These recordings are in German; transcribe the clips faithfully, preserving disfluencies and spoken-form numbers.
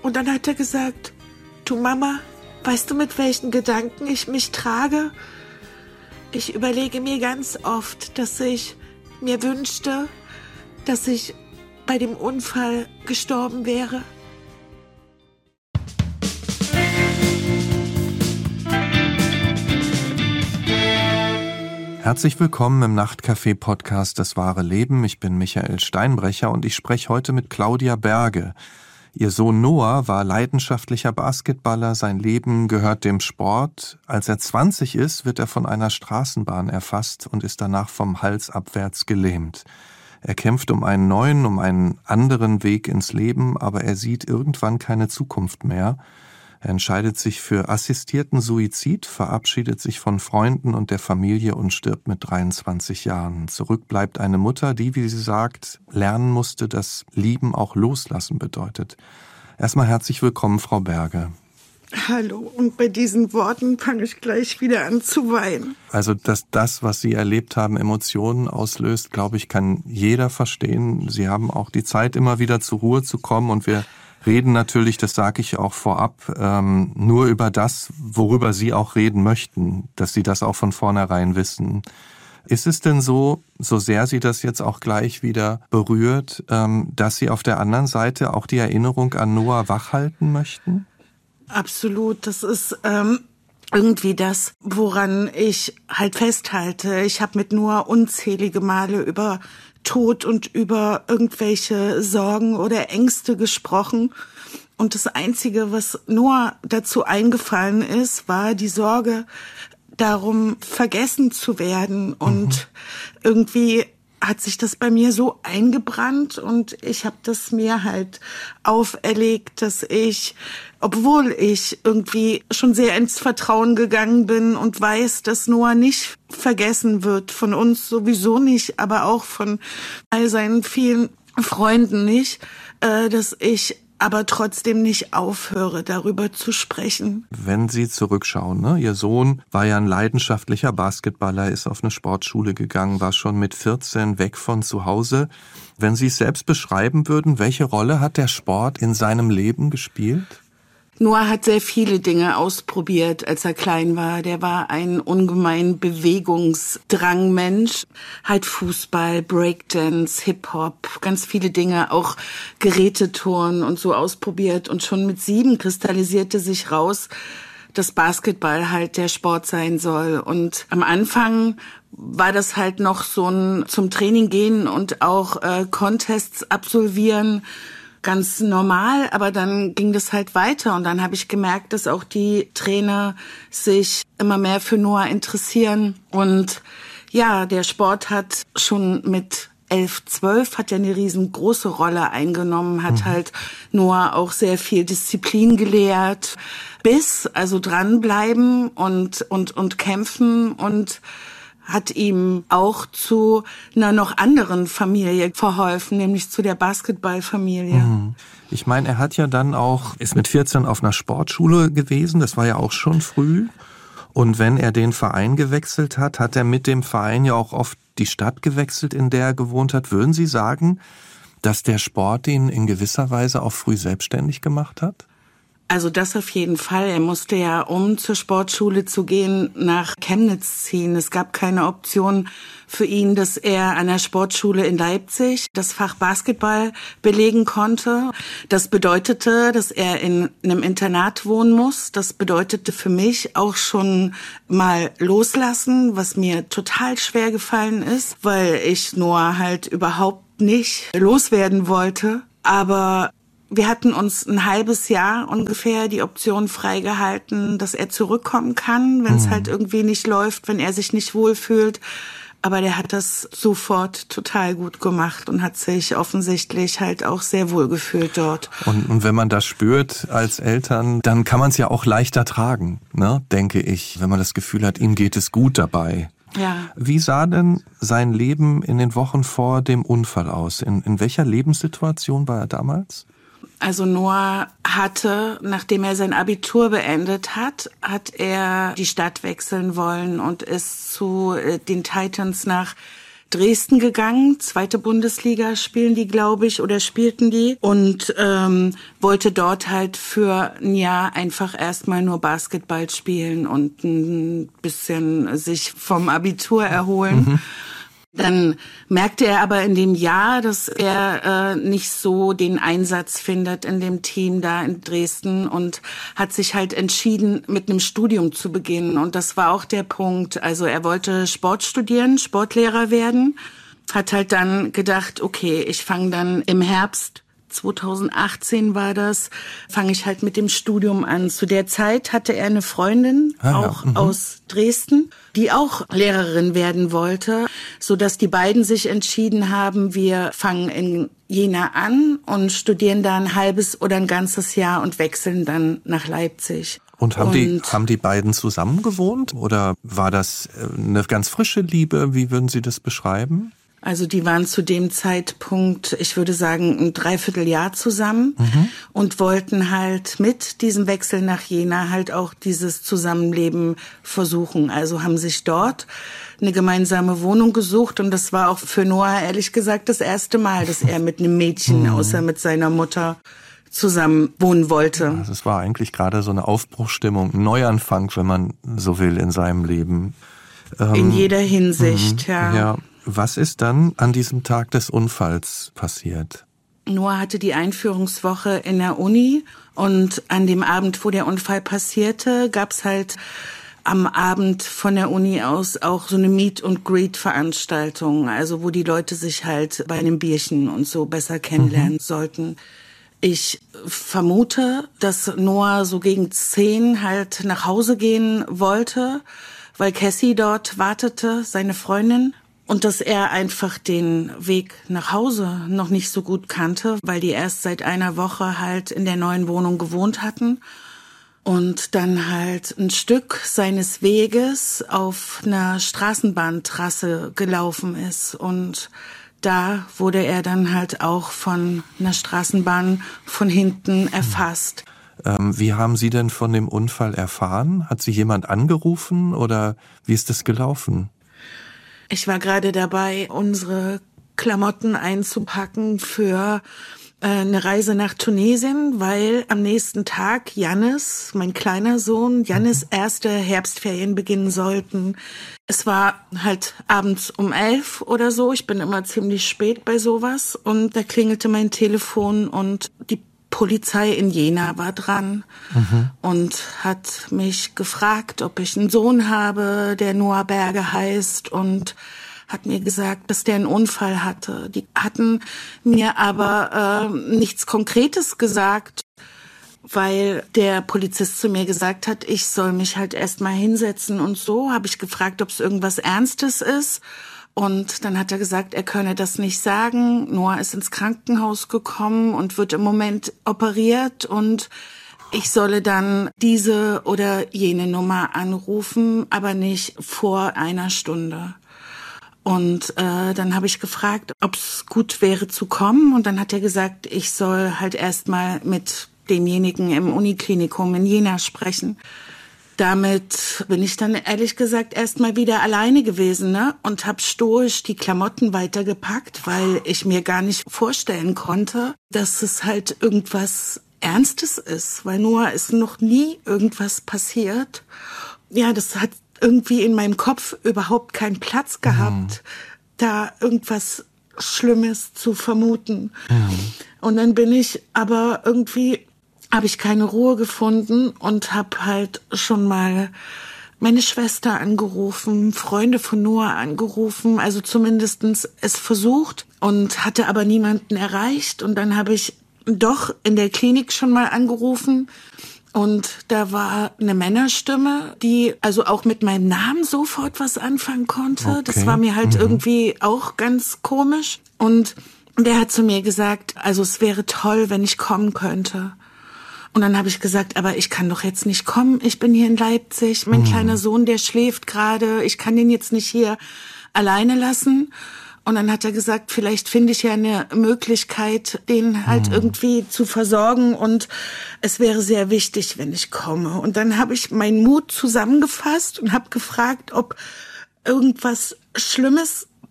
Und dann hat er gesagt, du Mama, weißt du, mit welchen Gedanken ich mich trage? Ich überlege mir ganz oft, dass ich mir wünschte, dass ich bei dem Unfall gestorben wäre. Herzlich willkommen im Nachtcafé-Podcast Das wahre Leben. Ich bin Michael Steinbrecher und ich spreche heute mit Claudia Berge. Ihr Sohn Noah war leidenschaftlicher Basketballer, sein Leben gehört dem Sport. Als er zwanzig ist, wird er von einer Straßenbahn erfasst und ist danach vom Hals abwärts gelähmt. Er kämpft um einen neuen, um einen anderen Weg ins Leben, aber er sieht irgendwann keine Zukunft mehr. Er entscheidet sich für assistierten Suizid, verabschiedet sich von Freunden und der Familie und stirbt mit dreiundzwanzig Jahren. Zurück bleibt eine Mutter, die, wie sie sagt, lernen musste, dass Lieben auch loslassen bedeutet. Erstmal herzlich willkommen, Frau Berge. Hallo, und bei diesen Worten fange ich gleich wieder an zu weinen. Also, dass das, was Sie erlebt haben, Emotionen auslöst, glaube ich, kann jeder verstehen. Sie haben auch die Zeit, immer wieder zur Ruhe zu kommen, und wir reden natürlich, das sage ich auch vorab, ähm, nur über das, worüber Sie auch reden möchten, dass Sie das auch von vornherein wissen. Ist es denn so, so sehr Sie das jetzt auch gleich wieder berührt, ähm, dass Sie auf der anderen Seite auch die Erinnerung an Noah wachhalten möchten? Absolut, das ist ähm, irgendwie das, woran ich halt festhalte. Ich habe mit Noah unzählige Male über Tod und über irgendwelche Sorgen oder Ängste gesprochen. Und das Einzige, was Noah dazu eingefallen ist, war die Sorge darum, vergessen zu werden. Und mhm. irgendwie hat sich das bei mir so eingebrannt und ich habe das mir halt auferlegt, dass ich, obwohl ich irgendwie schon sehr ins Vertrauen gegangen bin und weiß, dass Noah nicht vergessen wird, von uns sowieso nicht, aber auch von all seinen vielen Freunden nicht, äh, dass ich aber trotzdem nicht aufhöre, darüber zu sprechen. Wenn Sie zurückschauen, ne? Ihr Sohn war ja ein leidenschaftlicher Basketballer, ist auf eine Sportschule gegangen, war schon mit vierzehn weg von zu Hause. Wenn Sie es selbst beschreiben würden, welche Rolle hat der Sport in seinem Leben gespielt? Noah hat sehr viele Dinge ausprobiert, als er klein war. Der war ein ungemein Bewegungsdrangmensch. Halt Fußball, Breakdance, Hip-Hop, ganz viele Dinge, auch Gerätetouren und so ausprobiert. Und schon mit sieben kristallisierte sich raus, dass Basketball halt der Sport sein soll. Und am Anfang war das halt noch so ein zum Training gehen und auch äh, Contests absolvieren, ganz normal, aber dann ging das halt weiter und dann habe ich gemerkt, dass auch die Trainer sich immer mehr für Noah interessieren und ja, der Sport hat schon mit elf, zwölf hat ja eine riesengroße Rolle eingenommen, hat mhm. halt Noah auch sehr viel Disziplin gelehrt, Biss, also dranbleiben und und und kämpfen und hat ihm auch zu einer noch anderen Familie verholfen, nämlich zu der Basketballfamilie. Ich meine, er hat ja dann auch, ist mit vierzehn auf einer Sportschule gewesen, das war ja auch schon früh. Und wenn er den Verein gewechselt hat, hat er mit dem Verein ja auch oft die Stadt gewechselt, in der er gewohnt hat. Würden Sie sagen, dass der Sport ihn in gewisser Weise auch früh selbstständig gemacht hat? Also das auf jeden Fall. Er musste ja, um zur Sportschule zu gehen, nach Chemnitz ziehen. Es gab keine Option für ihn, dass er an der Sportschule in Leipzig das Fach Basketball belegen konnte. Das bedeutete, dass er in einem Internat wohnen muss. Das bedeutete für mich auch schon mal loslassen, was mir total schwer gefallen ist, weil ich Noah halt überhaupt nicht loswerden wollte. Aber wir hatten uns ein halbes Jahr ungefähr die Option freigehalten, dass er zurückkommen kann, wenn es mhm. halt irgendwie nicht läuft, wenn er sich nicht wohlfühlt. Aber der hat das sofort total gut gemacht und hat sich offensichtlich halt auch sehr wohl gefühlt dort. Und, und wenn man das spürt als Eltern, dann kann man es ja auch leichter tragen, ne, denke ich, wenn man das Gefühl hat, ihm geht es gut dabei. Ja. Wie sah denn sein Leben in den Wochen vor dem Unfall aus? In, in welcher Lebenssituation war er damals? Also Noah hatte, nachdem er sein Abitur beendet hat, hat er die Stadt wechseln wollen und ist zu den Titans nach Dresden gegangen, zweite Bundesliga spielen die, glaube ich, oder spielten die und ähm, wollte dort halt für ein Jahr einfach erstmal nur Basketball spielen und ein bisschen sich vom Abitur erholen. Mhm. Dann merkte er aber in dem Jahr, dass er äh, nicht so den Einsatz findet in dem Team da in Dresden und hat sich halt entschieden, mit einem Studium zu beginnen. Und das war auch der Punkt. Also er wollte Sport studieren, Sportlehrer werden, hat halt dann gedacht, okay, ich fange dann im Herbst zweitausendachtzehn war das, fange ich halt mit dem Studium an. Zu der Zeit hatte er eine Freundin, ah, auch ja. mhm. aus Dresden, die auch Lehrerin werden wollte, so dass die beiden sich entschieden haben, wir fangen in Jena an und studieren da ein halbes oder ein ganzes Jahr und wechseln dann nach Leipzig. Und haben, und die, haben die beiden zusammen gewohnt oder war das eine ganz frische Liebe? Wie würden Sie das beschreiben? Also die waren zu dem Zeitpunkt, ich würde sagen, ein Dreivierteljahr zusammen mhm. und wollten halt mit diesem Wechsel nach Jena halt auch dieses Zusammenleben versuchen. Also haben sich dort eine gemeinsame Wohnung gesucht und das war auch für Noah ehrlich gesagt das erste Mal, dass er mit einem Mädchen, mhm. außer mit seiner Mutter, zusammen wohnen wollte. Also es war eigentlich gerade so eine Aufbruchsstimmung, ein Neuanfang, wenn man so will, in seinem Leben. Ähm, in jeder Hinsicht, mhm. ja. ja. Was ist dann an diesem Tag des Unfalls passiert? Noah hatte die Einführungswoche in der Uni und an dem Abend, wo der Unfall passierte, gab's halt am Abend von der Uni aus auch so eine Meet- und Greet-Veranstaltung, also wo die Leute sich halt bei einem Bierchen und so besser kennenlernen mhm. sollten. Ich vermute, dass Noah so gegen zehn halt nach Hause gehen wollte, weil Cassie dort wartete, seine Freundin. Und dass er einfach den Weg nach Hause noch nicht so gut kannte, weil die erst seit einer Woche halt in der neuen Wohnung gewohnt hatten. Und dann halt ein Stück seines Weges auf einer Straßenbahntrasse gelaufen ist. Und da wurde er dann halt auch von einer Straßenbahn von hinten erfasst. Ähm, wie haben Sie denn von dem Unfall erfahren? Hat Sie jemand angerufen oder wie ist das gelaufen? Ich war gerade dabei, unsere Klamotten einzupacken für äh, eine Reise nach Tunesien, weil am nächsten Tag Jannis, mein kleiner Sohn, Jannis erste Herbstferien beginnen sollten. Es war halt abends um elf oder so. Ich bin immer ziemlich spät bei sowas. Und da klingelte mein Telefon und die Polizei in Jena war dran mhm. und hat mich gefragt, ob ich einen Sohn habe, der Noah Berge heißt und hat mir gesagt, dass der einen Unfall hatte. Die hatten mir aber äh, nichts Konkretes gesagt, weil der Polizist zu mir gesagt hat, ich soll mich halt erst mal hinsetzen und so. Habe ich gefragt, ob es irgendwas Ernstes ist. Und dann hat er gesagt, er könne das nicht sagen. Noah ist ins Krankenhaus gekommen und wird im Moment operiert und ich solle dann diese oder jene Nummer anrufen, aber nicht vor einer Stunde. Und äh, dann habe ich gefragt, ob es gut wäre zu kommen. Und dann hat er gesagt, ich soll halt erstmal mit demjenigen im Uniklinikum in Jena sprechen. Damit bin ich dann ehrlich gesagt erstmal wieder alleine gewesen, ne? Und habe stoisch die Klamotten weitergepackt, weil ich mir gar nicht vorstellen konnte, dass es halt irgendwas Ernstes ist, weil Noah ist noch nie irgendwas passiert. Ja, das hat irgendwie in meinem Kopf überhaupt keinen Platz gehabt, mhm. da irgendwas Schlimmes zu vermuten. Mhm. Und dann bin ich aber irgendwie habe ich keine Ruhe gefunden und habe halt schon mal meine Schwester angerufen, Freunde von Noah angerufen, also zumindestens es versucht und hatte aber niemanden erreicht. Und dann habe ich doch in der Klinik schon mal angerufen und da war eine Männerstimme, die also auch mit meinem Namen sofort was anfangen konnte. Okay. Das war mir halt mhm. irgendwie auch ganz komisch. Und der hat zu mir gesagt, also es wäre toll, wenn ich kommen könnte. Und dann habe ich gesagt, aber ich kann doch jetzt nicht kommen. Ich bin hier in Leipzig. Mein mhm. kleiner Sohn, der schläft gerade. Ich kann den jetzt nicht hier alleine lassen. Und dann hat er gesagt, vielleicht finde ich ja eine Möglichkeit, den halt mhm. irgendwie zu versorgen. Und es wäre sehr wichtig, wenn ich komme. Und dann habe ich meinen Mut zusammengefasst und habe gefragt, ob irgendwas Schlimmes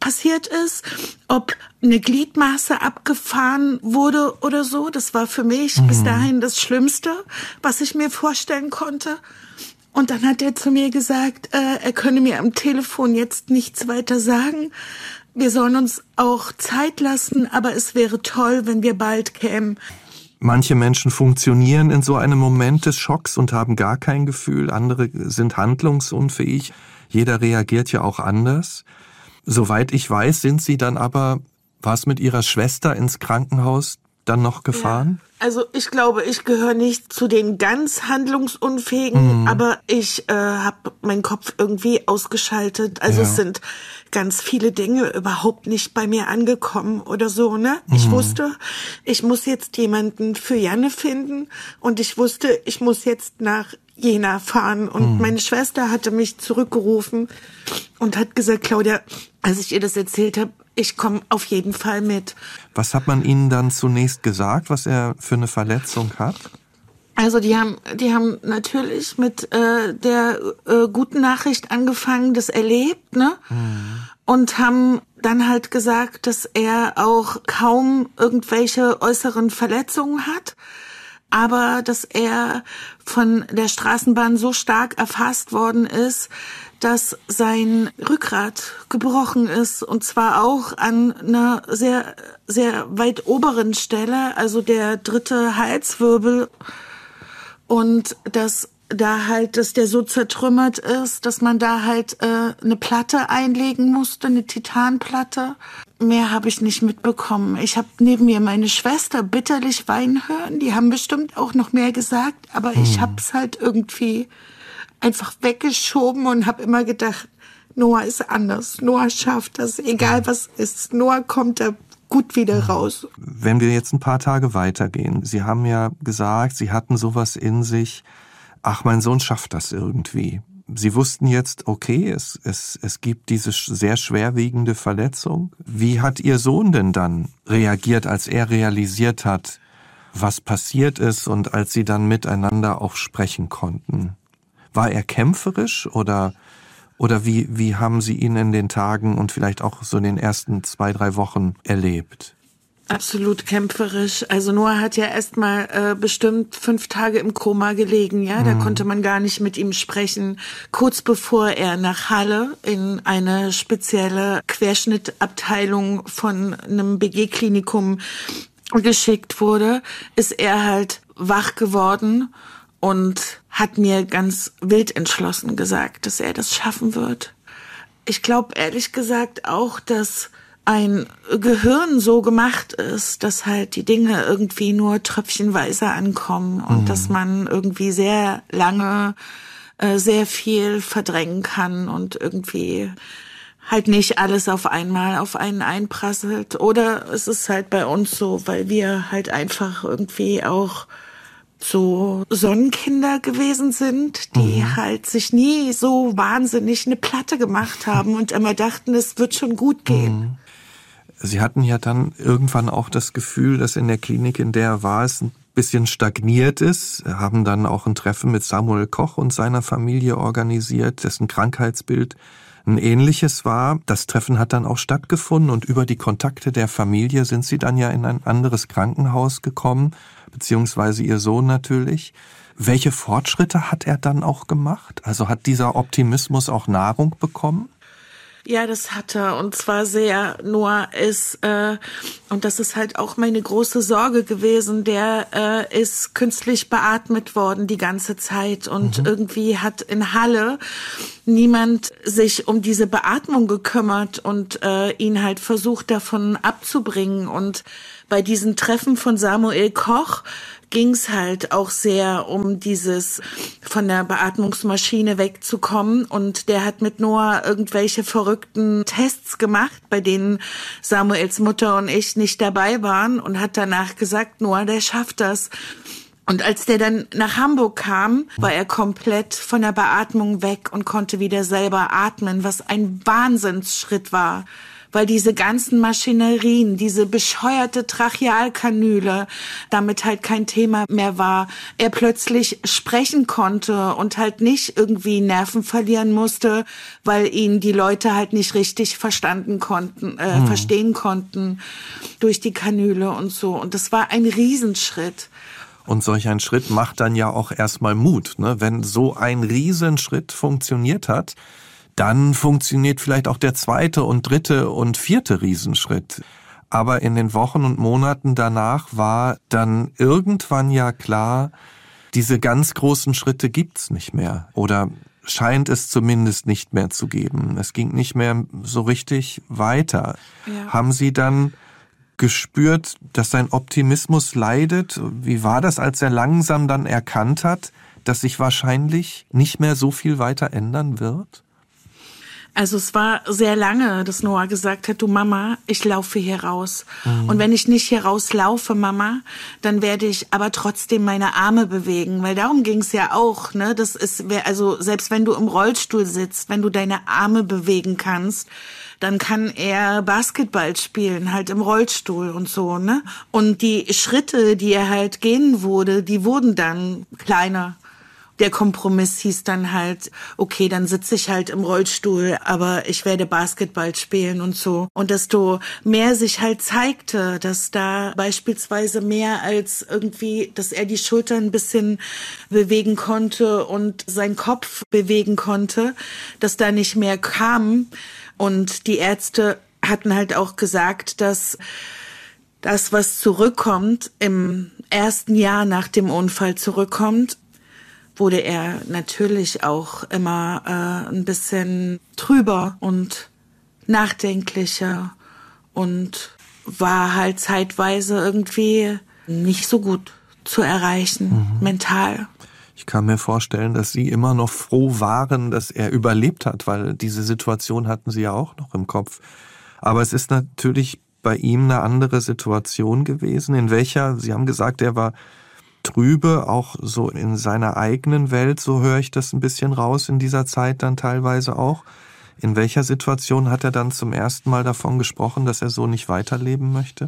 passiert ist, ob eine Gliedmaße abgefahren wurde oder so. Das war für mich mhm. bis dahin das Schlimmste, was ich mir vorstellen konnte. Und dann hat er zu mir gesagt, äh, er könne mir am Telefon jetzt nichts weiter sagen. Wir sollen uns auch Zeit lassen, aber es wäre toll, wenn wir bald kämen. Manche Menschen funktionieren in so einem Moment des Schocks und haben gar kein Gefühl. Andere sind handlungsunfähig. Jeder reagiert ja auch anders. Soweit ich weiß, sind Sie dann aber, war es mit Ihrer Schwester ins Krankenhaus dann noch gefahren? Ja. Also ich glaube, ich gehöre nicht zu den ganz Handlungsunfähigen, mhm. aber ich äh, habe meinen Kopf irgendwie ausgeschaltet. Also ja. es sind ganz viele Dinge überhaupt nicht bei mir angekommen oder so, ne? Mhm. Ich wusste, ich muss jetzt jemanden für Janne finden und ich wusste, ich muss jetzt nach Jena fahren. Und mhm. meine Schwester hatte mich zurückgerufen und hat gesagt, Claudia, als ich ihr das erzählt habe, ich komme auf jeden Fall mit. Was hat man Ihnen dann zunächst gesagt, was er für eine Verletzung hat? Also die haben, die haben natürlich mit äh, der äh, guten Nachricht angefangen, das erlebt, ne? Mhm. Und haben dann halt gesagt, dass er auch kaum irgendwelche äußeren Verletzungen hat, aber dass er von der Straßenbahn so stark erfasst worden ist, dass sein Rückgrat gebrochen ist, und zwar auch an einer sehr, sehr weit oberen Stelle, also der dritte Halswirbel, und dass da halt, dass der so zertrümmert ist, dass man da halt äh, eine Platte einlegen musste, eine Titanplatte. Mehr habe ich nicht mitbekommen. Ich habe neben mir meine Schwester bitterlich weinen hören. Die haben bestimmt auch noch mehr gesagt, aber hm. ich habe es halt irgendwie einfach weggeschoben und habe immer gedacht, Noah ist anders. Noah schafft das, egal was ist. Noah kommt da gut wieder raus. Wenn wir jetzt ein paar Tage weitergehen, Sie haben ja gesagt, Sie hatten sowas in sich, ach, mein Sohn schafft das irgendwie. Sie wussten jetzt, okay, es, es, es gibt diese sehr schwerwiegende Verletzung. Wie hat Ihr Sohn denn dann reagiert, als er realisiert hat, was passiert ist und als Sie dann miteinander auch sprechen konnten? War er kämpferisch oder, oder wie, wie haben Sie ihn in den Tagen und vielleicht auch so in den ersten zwei, drei Wochen erlebt? Absolut kämpferisch. Also Noah hat ja erst mal äh, bestimmt fünf Tage im Koma gelegen, ja. Da mhm. konnte man gar nicht mit ihm sprechen. Kurz bevor er nach Halle in eine spezielle Querschnittabteilung von einem B G-Klinikum geschickt wurde, ist er halt wach geworden und hat mir ganz wild entschlossen gesagt, dass er das schaffen wird. Ich glaube ehrlich gesagt auch, dass ein Gehirn so gemacht ist, dass halt die Dinge irgendwie nur tröpfchenweise ankommen und mhm. dass man irgendwie sehr lange äh, sehr viel verdrängen kann und irgendwie halt nicht alles auf einmal auf einen einprasselt. Oder es ist halt bei uns so, weil wir halt einfach irgendwie auch so Sonnenkinder gewesen sind, die mhm. halt sich nie so wahnsinnig eine Platte gemacht haben und immer dachten, es wird schon gut gehen. Mhm. Sie hatten ja dann irgendwann auch das Gefühl, dass in der Klinik, in der er war, es ein bisschen stagniert ist, haben dann auch ein Treffen mit Samuel Koch und seiner Familie organisiert, dessen Krankheitsbild ein ähnliches war. Das Treffen hat dann auch stattgefunden und über die Kontakte der Familie sind Sie dann ja in ein anderes Krankenhaus gekommen, beziehungsweise Ihr Sohn natürlich. Welche Fortschritte hat er dann auch gemacht? Also hat dieser Optimismus auch Nahrung bekommen? Ja, das hat er, und zwar sehr. Noah ist, äh, und das ist halt auch meine große Sorge gewesen, der äh, ist künstlich beatmet worden die ganze Zeit und mhm. irgendwie hat in Halle niemand sich um diese Beatmung gekümmert und äh, ihn halt versucht davon abzubringen. Und bei diesen Treffen von Samuel Koch ging's halt auch sehr um dieses von der Beatmungsmaschine wegzukommen, und der hat mit Noah irgendwelche verrückten Tests gemacht, bei denen Samuels Mutter und ich nicht dabei waren, und hat danach gesagt, Noah, der schafft das. Und als der dann nach Hamburg kam, war er komplett von der Beatmung weg und konnte wieder selber atmen, was ein Wahnsinnsschritt war. weil diese ganzen Maschinerien, diese bescheuerte Trachealkanüle, damit halt kein Thema mehr war. Er plötzlich sprechen konnte und halt nicht irgendwie Nerven verlieren musste, weil ihn die Leute halt nicht richtig verstanden konnten, äh, hm. verstehen konnten durch die Kanüle und so. Und das war ein Riesenschritt. Und solch ein Schritt macht dann ja auch erstmal Mut, ne? Wenn so ein Riesenschritt funktioniert hat, dann funktioniert vielleicht auch der zweite und dritte und vierte Riesenschritt. Aber in den Wochen und Monaten danach war dann irgendwann ja klar, diese ganz großen Schritte gibt's nicht mehr. Oder scheint es zumindest nicht mehr zu geben. Es ging nicht mehr so richtig weiter. Ja. Haben Sie dann gespürt, dass sein Optimismus leidet? Wie war das, als er langsam dann erkannt hat, dass sich wahrscheinlich nicht mehr so viel weiter ändern wird? Also es war sehr lange, dass Noah gesagt hat, du Mama, ich laufe hier raus. Mhm. Und wenn ich nicht hier rauslaufe, Mama, dann werde ich aber trotzdem meine Arme bewegen. Weil darum ging es ja auch, ne? Das ist, also selbst wenn du im Rollstuhl sitzt, wenn du deine Arme bewegen kannst, dann kann er Basketball spielen, halt im Rollstuhl und so, ne? Und die Schritte, die er halt gehen wurde, die wurden dann kleiner. Der Kompromiss hieß dann halt, okay, dann sitze ich halt im Rollstuhl, aber ich werde Basketball spielen und so. Und desto mehr sich halt zeigte, dass da beispielsweise mehr als irgendwie, dass er die Schultern ein bisschen bewegen konnte und seinen Kopf bewegen konnte, dass da nicht mehr kam. Und die Ärzte hatten halt auch gesagt, dass das, was zurückkommt, im ersten Jahr nach dem Unfall zurückkommt, wurde er natürlich auch immer äh, ein bisschen trüber und nachdenklicher und war halt zeitweise irgendwie nicht so gut zu erreichen, mhm. mental. Ich kann mir vorstellen, dass Sie immer noch froh waren, dass er überlebt hat, weil diese Situation hatten Sie ja auch noch im Kopf. Aber es ist natürlich bei ihm eine andere Situation gewesen, in welcher, Sie haben gesagt, er war trübe, auch so in seiner eigenen Welt, so höre ich das ein bisschen raus in dieser Zeit dann teilweise auch. In welcher Situation hat er dann zum ersten Mal davon gesprochen, dass er so nicht weiterleben möchte?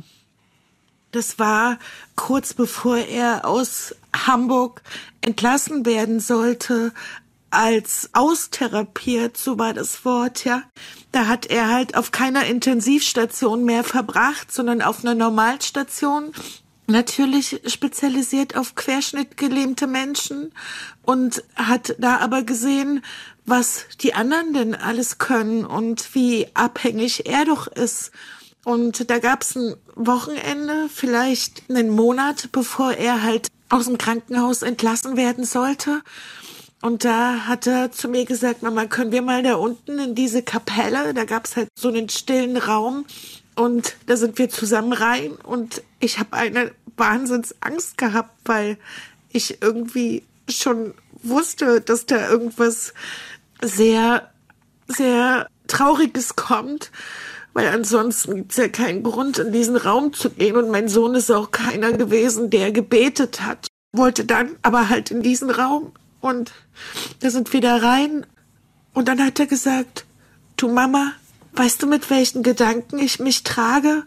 Das war kurz bevor er aus Hamburg entlassen werden sollte, als austherapiert, so war das Wort, ja. Da hat er halt auf keiner Intensivstation mehr verbracht, sondern auf einer Normalstation. Natürlich spezialisiert auf querschnittgelähmte Menschen und hat da aber gesehen, was die anderen denn alles können und wie abhängig er doch ist. Und da gab's ein Wochenende, vielleicht einen Monat, bevor er halt aus dem Krankenhaus entlassen werden sollte. Und da hat er zu mir gesagt, Mama, können wir mal da unten in diese Kapelle, da gab's halt so einen stillen Raum. Und da sind wir zusammen rein und ich habe eine Wahnsinnsangst gehabt, weil ich irgendwie schon wusste, dass da irgendwas sehr, sehr Trauriges kommt, weil ansonsten gibt's ja keinen Grund, in diesen Raum zu gehen. Und mein Sohn ist auch keiner gewesen, der gebetet hat, wollte dann aber halt in diesen Raum. Und da sind wir da rein und dann hat er gesagt, du Mama, weißt du, mit welchen Gedanken ich mich trage?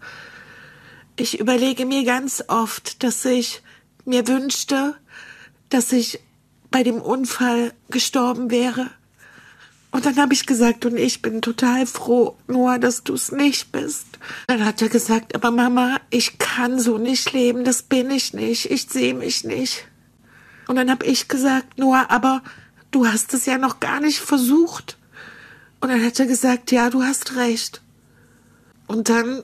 Ich überlege mir ganz oft, dass ich mir wünschte, dass ich bei dem Unfall gestorben wäre. Und dann habe ich gesagt, und ich bin total froh, Noah, dass du es nicht bist. Dann hat er gesagt, aber Mama, ich kann so nicht leben, das bin ich nicht, ich sehe mich nicht. Und dann habe ich gesagt, Noah, aber du hast es ja noch gar nicht versucht. Und dann hat er gesagt, ja, du hast recht. Und dann,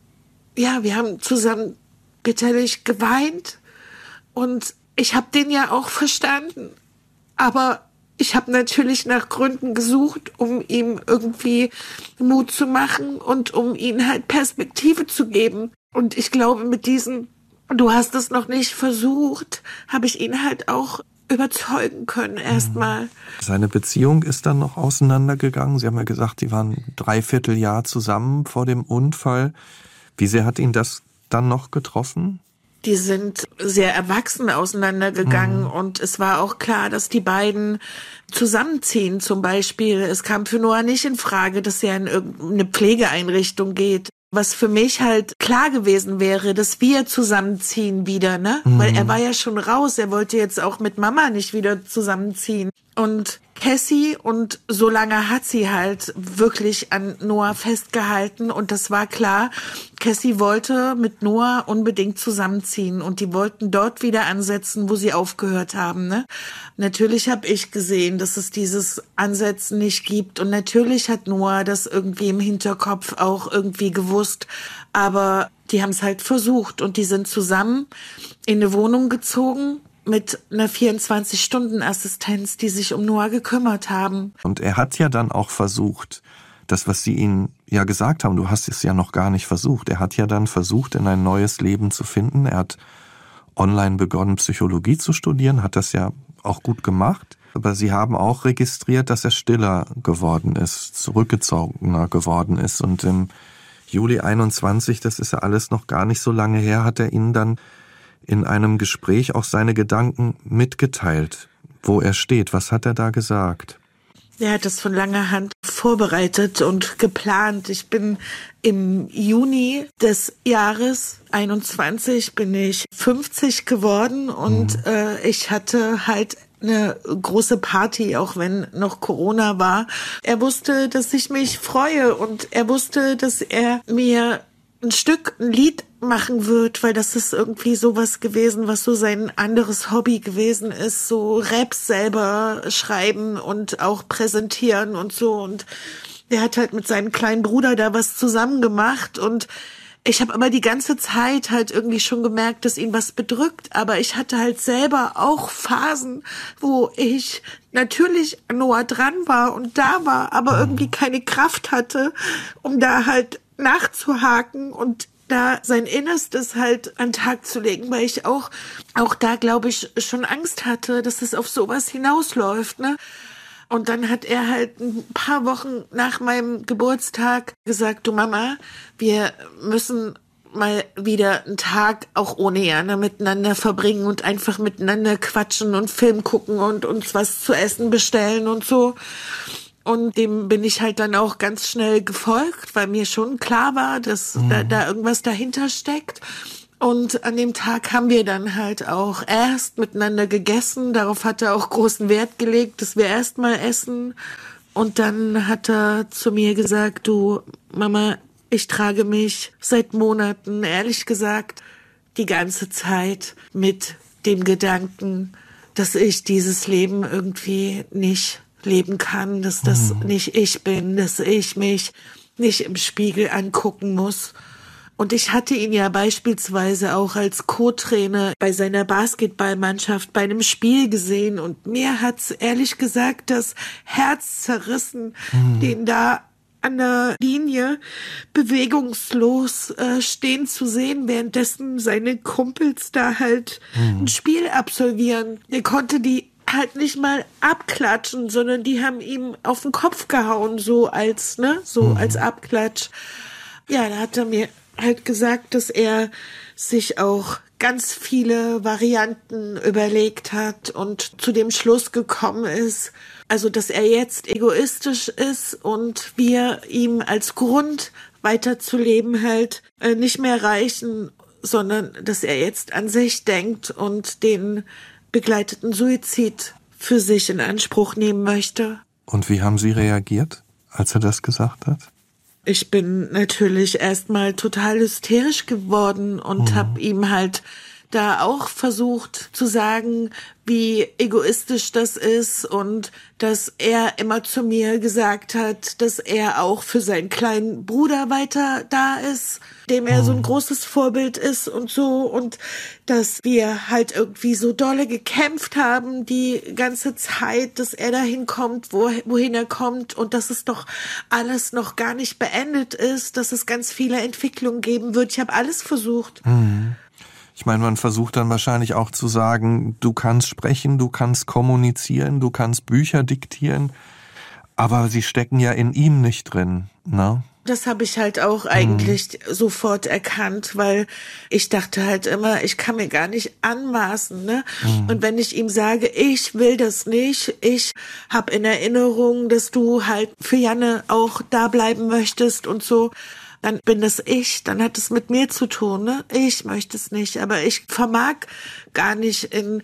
ja, wir haben zusammen bitterlich geweint. Und ich habe den ja auch verstanden. Aber ich habe natürlich nach Gründen gesucht, um ihm irgendwie Mut zu machen und um ihm halt Perspektive zu geben. Und ich glaube, mit diesem, du hast es noch nicht versucht, habe ich ihn halt auch überzeugen können erstmal. Seine Beziehung ist dann noch auseinandergegangen. Sie haben ja gesagt, die waren ein Dreivierteljahr zusammen vor dem Unfall. Wie sehr hat ihn das dann noch getroffen? Die sind sehr erwachsen auseinandergegangen, mhm. und es war auch klar, dass die beiden zusammenziehen zum Beispiel. Es kam für Noah nicht in Frage, dass er in irgendeine Pflegeeinrichtung geht. Was für mich halt klar gewesen wäre, dass wir zusammenziehen wieder, ne? Mhm. Weil er war ja schon raus, er wollte jetzt auch mit Mama nicht wieder zusammenziehen. Und Cassie, und so lange hat sie halt wirklich an Noah festgehalten, und das war klar, Cassie wollte mit Noah unbedingt zusammenziehen und die wollten dort wieder ansetzen, wo sie aufgehört haben, ne? Natürlich habe ich gesehen, dass es dieses Ansetzen nicht gibt, und natürlich hat Noah das irgendwie im Hinterkopf auch irgendwie gewusst, aber die haben es halt versucht, und die sind zusammen in eine Wohnung gezogen mit einer vierundzwanzig-Stunden-Assistenz, die sich um Noah gekümmert haben. Und er hat ja dann auch versucht, das, was Sie ihm ja gesagt haben, du hast es ja noch gar nicht versucht, er hat ja dann versucht, in ein neues Leben zu finden. Er hat online begonnen, Psychologie zu studieren, hat das ja auch gut gemacht. Aber Sie haben auch registriert, dass er stiller geworden ist, zurückgezogener geworden ist. Und im Juli einundzwanzig, das ist ja alles noch gar nicht so lange her, hat er Ihnen dann in einem Gespräch auch seine Gedanken mitgeteilt, wo er steht. Was hat er da gesagt? Er hat das von langer Hand vorbereitet und geplant. Ich bin im Juni des Jahres einundzwanzig bin ich fünfzig geworden, und mhm. äh, ich hatte halt eine große Party, auch wenn noch Corona war. Er wusste, dass ich mich freue, und er wusste, dass er mir ein Stück, ein Lied machen wird, weil das ist irgendwie sowas gewesen, was so sein anderes Hobby gewesen ist, so Raps selber schreiben und auch präsentieren und so, und er hat halt mit seinem kleinen Bruder da was zusammen gemacht, und ich habe aber die ganze Zeit halt irgendwie schon gemerkt, dass ihn was bedrückt, aber ich hatte halt selber auch Phasen, wo ich natürlich an Noah dran war und da war, aber irgendwie keine Kraft hatte, um da halt nachzuhaken und da sein Innerstes halt an den Tag zu legen, weil ich auch, auch da, glaube ich, schon Angst hatte, dass es auf sowas hinausläuft, ne? Und dann hat er halt ein paar Wochen nach meinem Geburtstag gesagt, du Mama, wir müssen mal wieder einen Tag auch ohne Jana miteinander verbringen und einfach miteinander quatschen und Film gucken und uns was zu essen bestellen und so. Und dem bin ich halt dann auch ganz schnell gefolgt, weil mir schon klar war, dass mhm. da, da irgendwas dahinter steckt. Und an dem Tag haben wir dann halt auch erst miteinander gegessen. Darauf hat er auch großen Wert gelegt, dass wir erst mal essen. Und dann hat er zu mir gesagt, du Mama, ich trage mich seit Monaten, ehrlich gesagt, die ganze Zeit mit dem Gedanken, dass ich dieses Leben irgendwie nicht leben kann, dass das mhm. nicht ich bin, dass ich mich nicht im Spiegel angucken muss. Und ich hatte ihn ja beispielsweise auch als Co-Trainer bei seiner Basketballmannschaft bei einem Spiel gesehen, und mir hat's ehrlich gesagt das Herz zerrissen, mhm. den da an der Linie bewegungslos äh, stehen zu sehen, währenddessen seine Kumpels da halt mhm. ein Spiel absolvieren. Der konnte die halt nicht mal abklatschen, sondern die haben ihm auf den Kopf gehauen, so als, ne, so mhm. als Abklatsch. Ja, da hat er mir halt gesagt, dass er sich auch ganz viele Varianten überlegt hat und zu dem Schluss gekommen ist, also dass er jetzt egoistisch ist und wir ihm als Grund weiterzuleben halt äh, nicht mehr reichen, sondern dass er jetzt an sich denkt und den begleiteten Suizid für sich in Anspruch nehmen möchte. Und wie haben Sie reagiert, als er das gesagt hat? Ich bin natürlich erstmal total hysterisch geworden und mhm. habe ihm halt da auch versucht zu sagen, wie egoistisch das ist und dass er immer zu mir gesagt hat, dass er auch für seinen kleinen Bruder weiter da ist, dem er so ein großes Vorbild ist und so, und dass wir halt irgendwie so dolle gekämpft haben die ganze Zeit, dass er dahin kommt, wo, wohin er kommt, und dass es doch alles noch gar nicht beendet ist, dass es ganz viele Entwicklungen geben wird. Ich habe alles versucht. Mhm. Ich meine, man versucht dann wahrscheinlich auch zu sagen, du kannst sprechen, du kannst kommunizieren, du kannst Bücher diktieren, aber sie stecken ja in ihm nicht drin, ne? Das habe ich halt auch eigentlich mhm. sofort erkannt, weil ich dachte halt immer, ich kann mir gar nicht anmaßen, ne? Mhm. Und wenn ich ihm sage, ich will das nicht, ich habe in Erinnerung, dass du halt für Janne auch da bleiben möchtest und so, dann bin das ich, dann hat es mit mir zu tun, ne? Ich möchte es nicht, aber ich vermag gar nicht in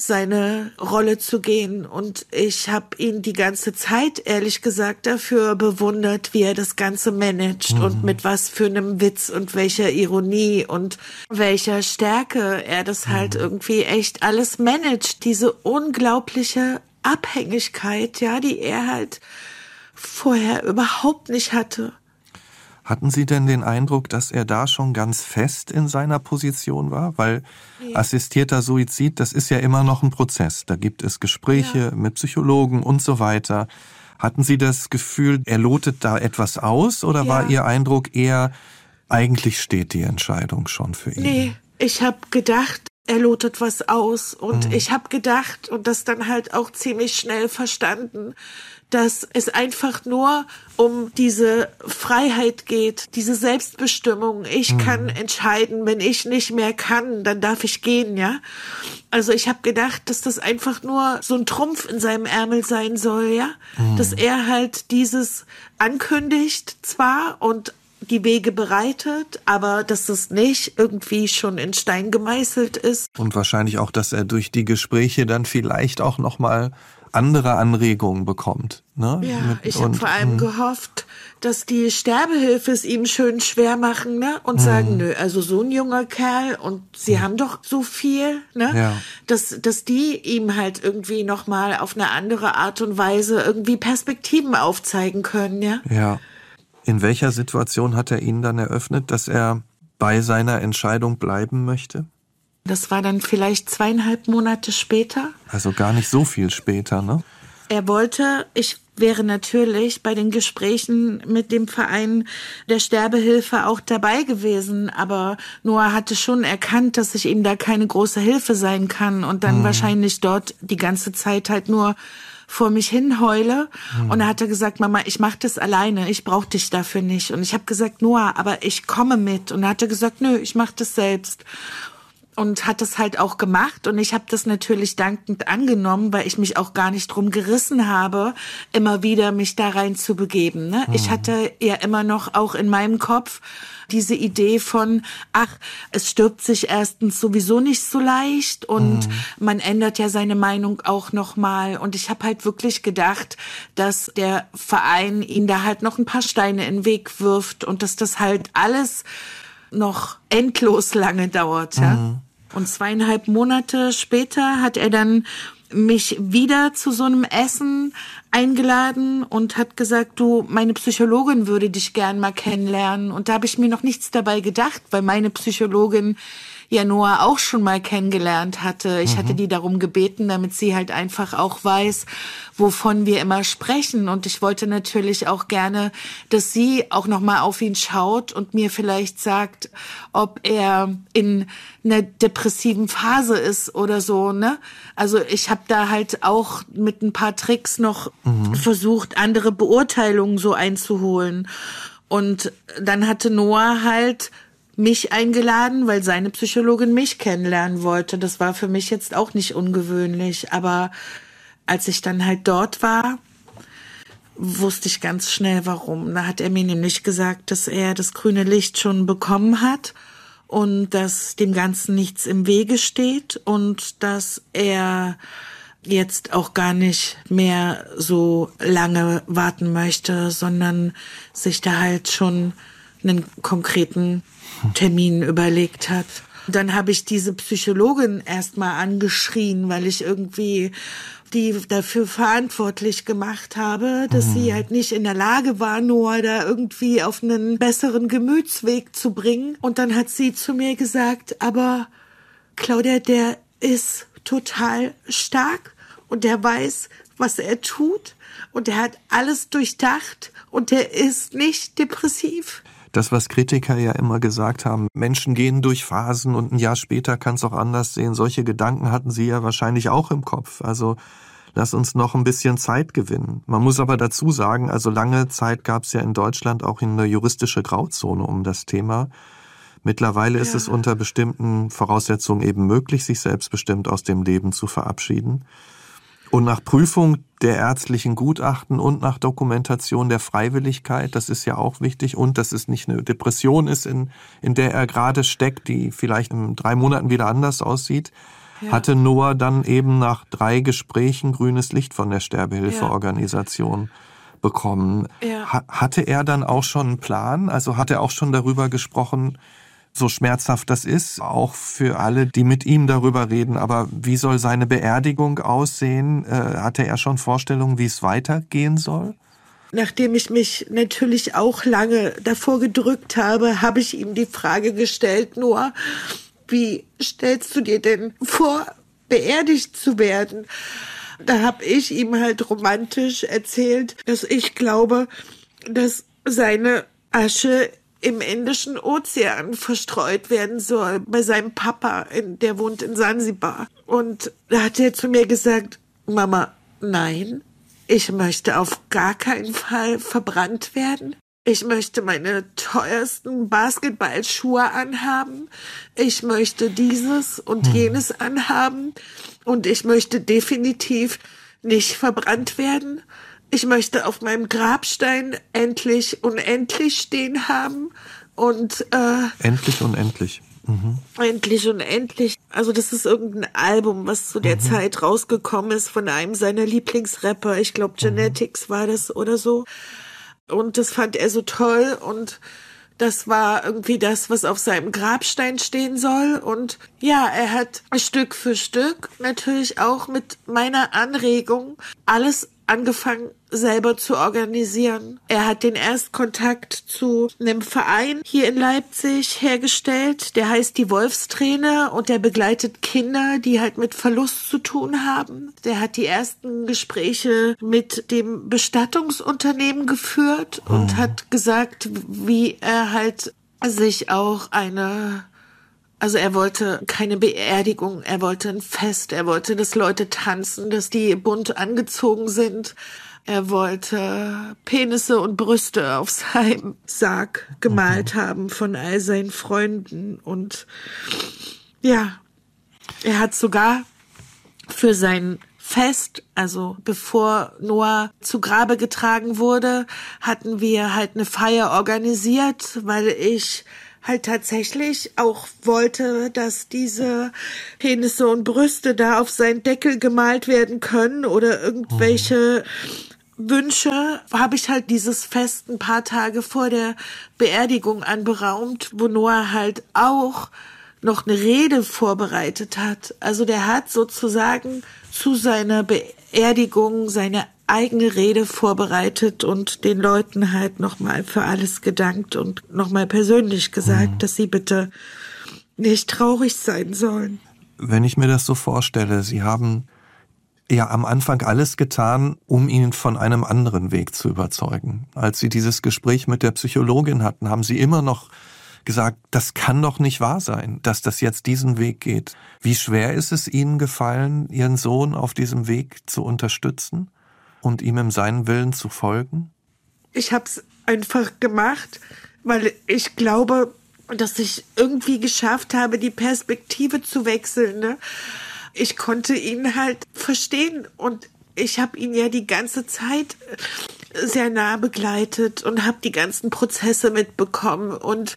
seine Rolle zu gehen und ich habe ihn die ganze Zeit, ehrlich gesagt, dafür bewundert, wie er das Ganze managt mhm. und mit was für einem Witz und welcher Ironie und welcher Stärke er das mhm. halt irgendwie echt alles managt, diese unglaubliche Abhängigkeit, ja, die er halt vorher überhaupt nicht hatte. Hatten Sie denn den Eindruck, dass er da schon ganz fest in seiner Position war? Weil nee. assistierter Suizid, das ist ja immer noch ein Prozess. Da gibt es Gespräche ja. mit Psychologen und so weiter. Hatten Sie das Gefühl, er lotet da etwas aus? Oder ja. war Ihr Eindruck eher, eigentlich steht die Entscheidung schon für ihn? Nee, ich habe gedacht, er lotet was aus. Und mhm. ich habe gedacht und das dann halt auch ziemlich schnell verstanden, dass es einfach nur um diese Freiheit geht, diese Selbstbestimmung. Ich mhm. kann entscheiden, wenn ich nicht mehr kann, dann darf ich gehen, ja. Also ich habe gedacht, dass das einfach nur so ein Trumpf in seinem Ärmel sein soll, ja. Mhm. Dass er halt dieses ankündigt zwar und die Wege bereitet, aber dass das nicht irgendwie schon in Stein gemeißelt ist. Und wahrscheinlich auch, dass er durch die Gespräche dann vielleicht auch nochmal andere Anregungen bekommt. Ne? Ja, Mit, ich habe vor allem mh. gehofft, dass die Sterbehilfe es ihm schön schwer machen, ne? Und mh. sagen, nö, also so ein junger Kerl und sie mh. haben doch so viel, ne? Ja. Dass, dass die ihm halt irgendwie nochmal auf eine andere Art und Weise irgendwie Perspektiven aufzeigen können, ja? Ja. In welcher Situation hat er Ihnen dann eröffnet, dass er bei seiner Entscheidung bleiben möchte? Das war dann vielleicht zweieinhalb Monate später. Also gar nicht so viel später, ne? Er wollte, ich wäre natürlich bei den Gesprächen mit dem Verein der Sterbehilfe auch dabei gewesen, aber Noah hatte schon erkannt, dass ich ihm da keine große Hilfe sein kann und dann hm. wahrscheinlich dort die ganze Zeit halt nur vor mich hin heule. Hm. Und er hat gesagt, Mama, ich mache das alleine, ich brauche dich dafür nicht. Und ich habe gesagt, Noah, aber ich komme mit. Und er hat gesagt, nö, ich mache das selbst. Und hat das halt auch gemacht und ich habe das natürlich dankend angenommen, weil ich mich auch gar nicht drum gerissen habe, immer wieder mich da rein zu begeben. Ne? Mhm. Ich hatte ja immer noch auch in meinem Kopf diese Idee von, ach, es stirbt sich erstens sowieso nicht so leicht und mhm. man ändert ja seine Meinung auch nochmal. Und ich habe halt wirklich gedacht, dass der Verein ihm da halt noch ein paar Steine in den Weg wirft und dass das halt alles noch endlos lange dauert. Ja? Mhm. Und zweieinhalb Monate später hat er dann mich wieder zu so einem Essen eingeladen und hat gesagt, du, meine Psychologin würde dich gern mal kennenlernen. Und da habe ich mir noch nichts dabei gedacht, weil meine Psychologin ja Noah auch schon mal kennengelernt hatte. Ich mhm. hatte die darum gebeten, damit sie halt einfach auch weiß, wovon wir immer sprechen. Und ich wollte natürlich auch gerne, dass sie auch noch mal auf ihn schaut und mir vielleicht sagt, ob er in einer depressiven Phase ist oder so, ne? Also ich habe da halt auch mit ein paar Tricks noch mhm. versucht, andere Beurteilungen so einzuholen. Und dann hatte Noah halt mich eingeladen, weil seine Psychologin mich kennenlernen wollte. Das war für mich jetzt auch nicht ungewöhnlich. Aber als ich dann halt dort war, wusste ich ganz schnell, warum. Da hat er mir nämlich gesagt, dass er das grüne Licht schon bekommen hat und dass dem Ganzen nichts im Wege steht und dass er jetzt auch gar nicht mehr so lange warten möchte, sondern sich da halt schon einen konkreten Termin überlegt hat. Dann habe ich diese Psychologin erstmal angeschrien, weil ich irgendwie die dafür verantwortlich gemacht habe, dass mhm. sie halt nicht in der Lage war, Noah da irgendwie auf einen besseren Gemütsweg zu bringen. Und dann hat sie zu mir gesagt, aber Claudia, der ist total stark und der weiß, was er tut und der hat alles durchdacht und der ist nicht depressiv. Das, was Kritiker ja immer gesagt haben, Menschen gehen durch Phasen und ein Jahr später kann es auch anders sehen. Solche Gedanken hatten Sie ja wahrscheinlich auch im Kopf. Also lass uns noch ein bisschen Zeit gewinnen. Man muss aber dazu sagen, also lange Zeit gab es ja in Deutschland auch eine juristische Grauzone um das Thema. Mittlerweile ist ja. es unter bestimmten Voraussetzungen eben möglich, sich selbstbestimmt aus dem Leben zu verabschieden. Und nach Prüfung der ärztlichen Gutachten und nach Dokumentation der Freiwilligkeit, das ist ja auch wichtig, und dass es nicht eine Depression ist, in, in der er gerade steckt, die vielleicht in drei Monaten wieder anders aussieht, ja. hatte Noah dann eben nach drei Gesprächen grünes Licht von der Sterbehilfeorganisation ja. bekommen. Ja. Ha- hatte er dann auch schon einen Plan? Also hat er auch schon darüber gesprochen, so schmerzhaft das ist, auch für alle, die mit ihm darüber reden. Aber wie soll seine Beerdigung aussehen? Äh, hatte er schon Vorstellungen, wie es weitergehen soll? Nachdem ich mich natürlich auch lange davor gedrückt habe, habe ich ihm die Frage gestellt, Noah, wie stellst du dir denn vor, beerdigt zu werden? Da habe ich ihm halt romantisch erzählt, dass ich glaube, dass seine Asche im Indischen Ozean verstreut werden soll, bei seinem Papa, der wohnt in Sansibar. Und da hat er zu mir gesagt, Mama, nein, ich möchte auf gar keinen Fall verbrannt werden. Ich möchte meine teuersten Basketballschuhe anhaben. Ich möchte dieses und jenes anhaben. Und ich möchte definitiv nicht verbrannt werden. Ich möchte auf meinem Grabstein endlich unendlich stehen haben und äh, endlich unendlich. Mhm. Endlich unendlich. Also das ist irgendein Album, was zu der mhm. Zeit rausgekommen ist von einem seiner Lieblingsrapper. Ich glaube Genetics mhm. war das oder so. Und das fand er so toll und das war irgendwie das, was auf seinem Grabstein stehen soll. Und ja, er hat Stück für Stück natürlich auch mit meiner Anregung alles angefangen, selber zu organisieren. Er hat den Erstkontakt zu einem Verein hier in Leipzig hergestellt, der heißt die Wolfsträne und der begleitet Kinder, die halt mit Verlust zu tun haben. Der hat die ersten Gespräche mit dem Bestattungsunternehmen geführt und mhm. hat gesagt, wie er halt sich auch eine Also er wollte keine Beerdigung, er wollte ein Fest, er wollte, dass Leute tanzen, dass die bunt angezogen sind. Er wollte Penisse und Brüste auf seinem Sarg gemalt mhm. haben von all seinen Freunden. Und ja, er hat sogar für sein Fest, also bevor Noah zu Grabe getragen wurde, hatten wir halt eine Feier organisiert, weil ich halt tatsächlich auch wollte, dass diese Penisse und Brüste da auf seinen Deckel gemalt werden können oder irgendwelche mhm. Wünsche, habe ich halt dieses Fest ein paar Tage vor der Beerdigung anberaumt, wo Noah halt auch noch eine Rede vorbereitet hat. Also der hat sozusagen zu seiner Beerdigung seine eigene Rede vorbereitet und den Leuten halt nochmal für alles gedankt und nochmal persönlich gesagt, mhm. dass sie bitte nicht traurig sein sollen. Wenn ich mir das so vorstelle, Sie haben ja am Anfang alles getan, um ihn von einem anderen Weg zu überzeugen. Als Sie dieses Gespräch mit der Psychologin hatten, haben Sie immer noch gesagt, das kann doch nicht wahr sein, dass das jetzt diesen Weg geht. Wie schwer ist es Ihnen gefallen, Ihren Sohn auf diesem Weg zu unterstützen und ihm in seinen Willen zu folgen? Ich habe es einfach gemacht, weil ich glaube, dass ich irgendwie geschafft habe, die Perspektive zu wechseln. Ne? Ich konnte ihn halt verstehen und ich habe ihn ja die ganze Zeit sehr nah begleitet und habe die ganzen Prozesse mitbekommen und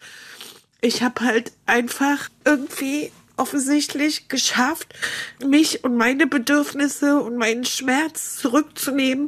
ich habe halt einfach irgendwie offensichtlich geschafft, mich und meine Bedürfnisse und meinen Schmerz zurückzunehmen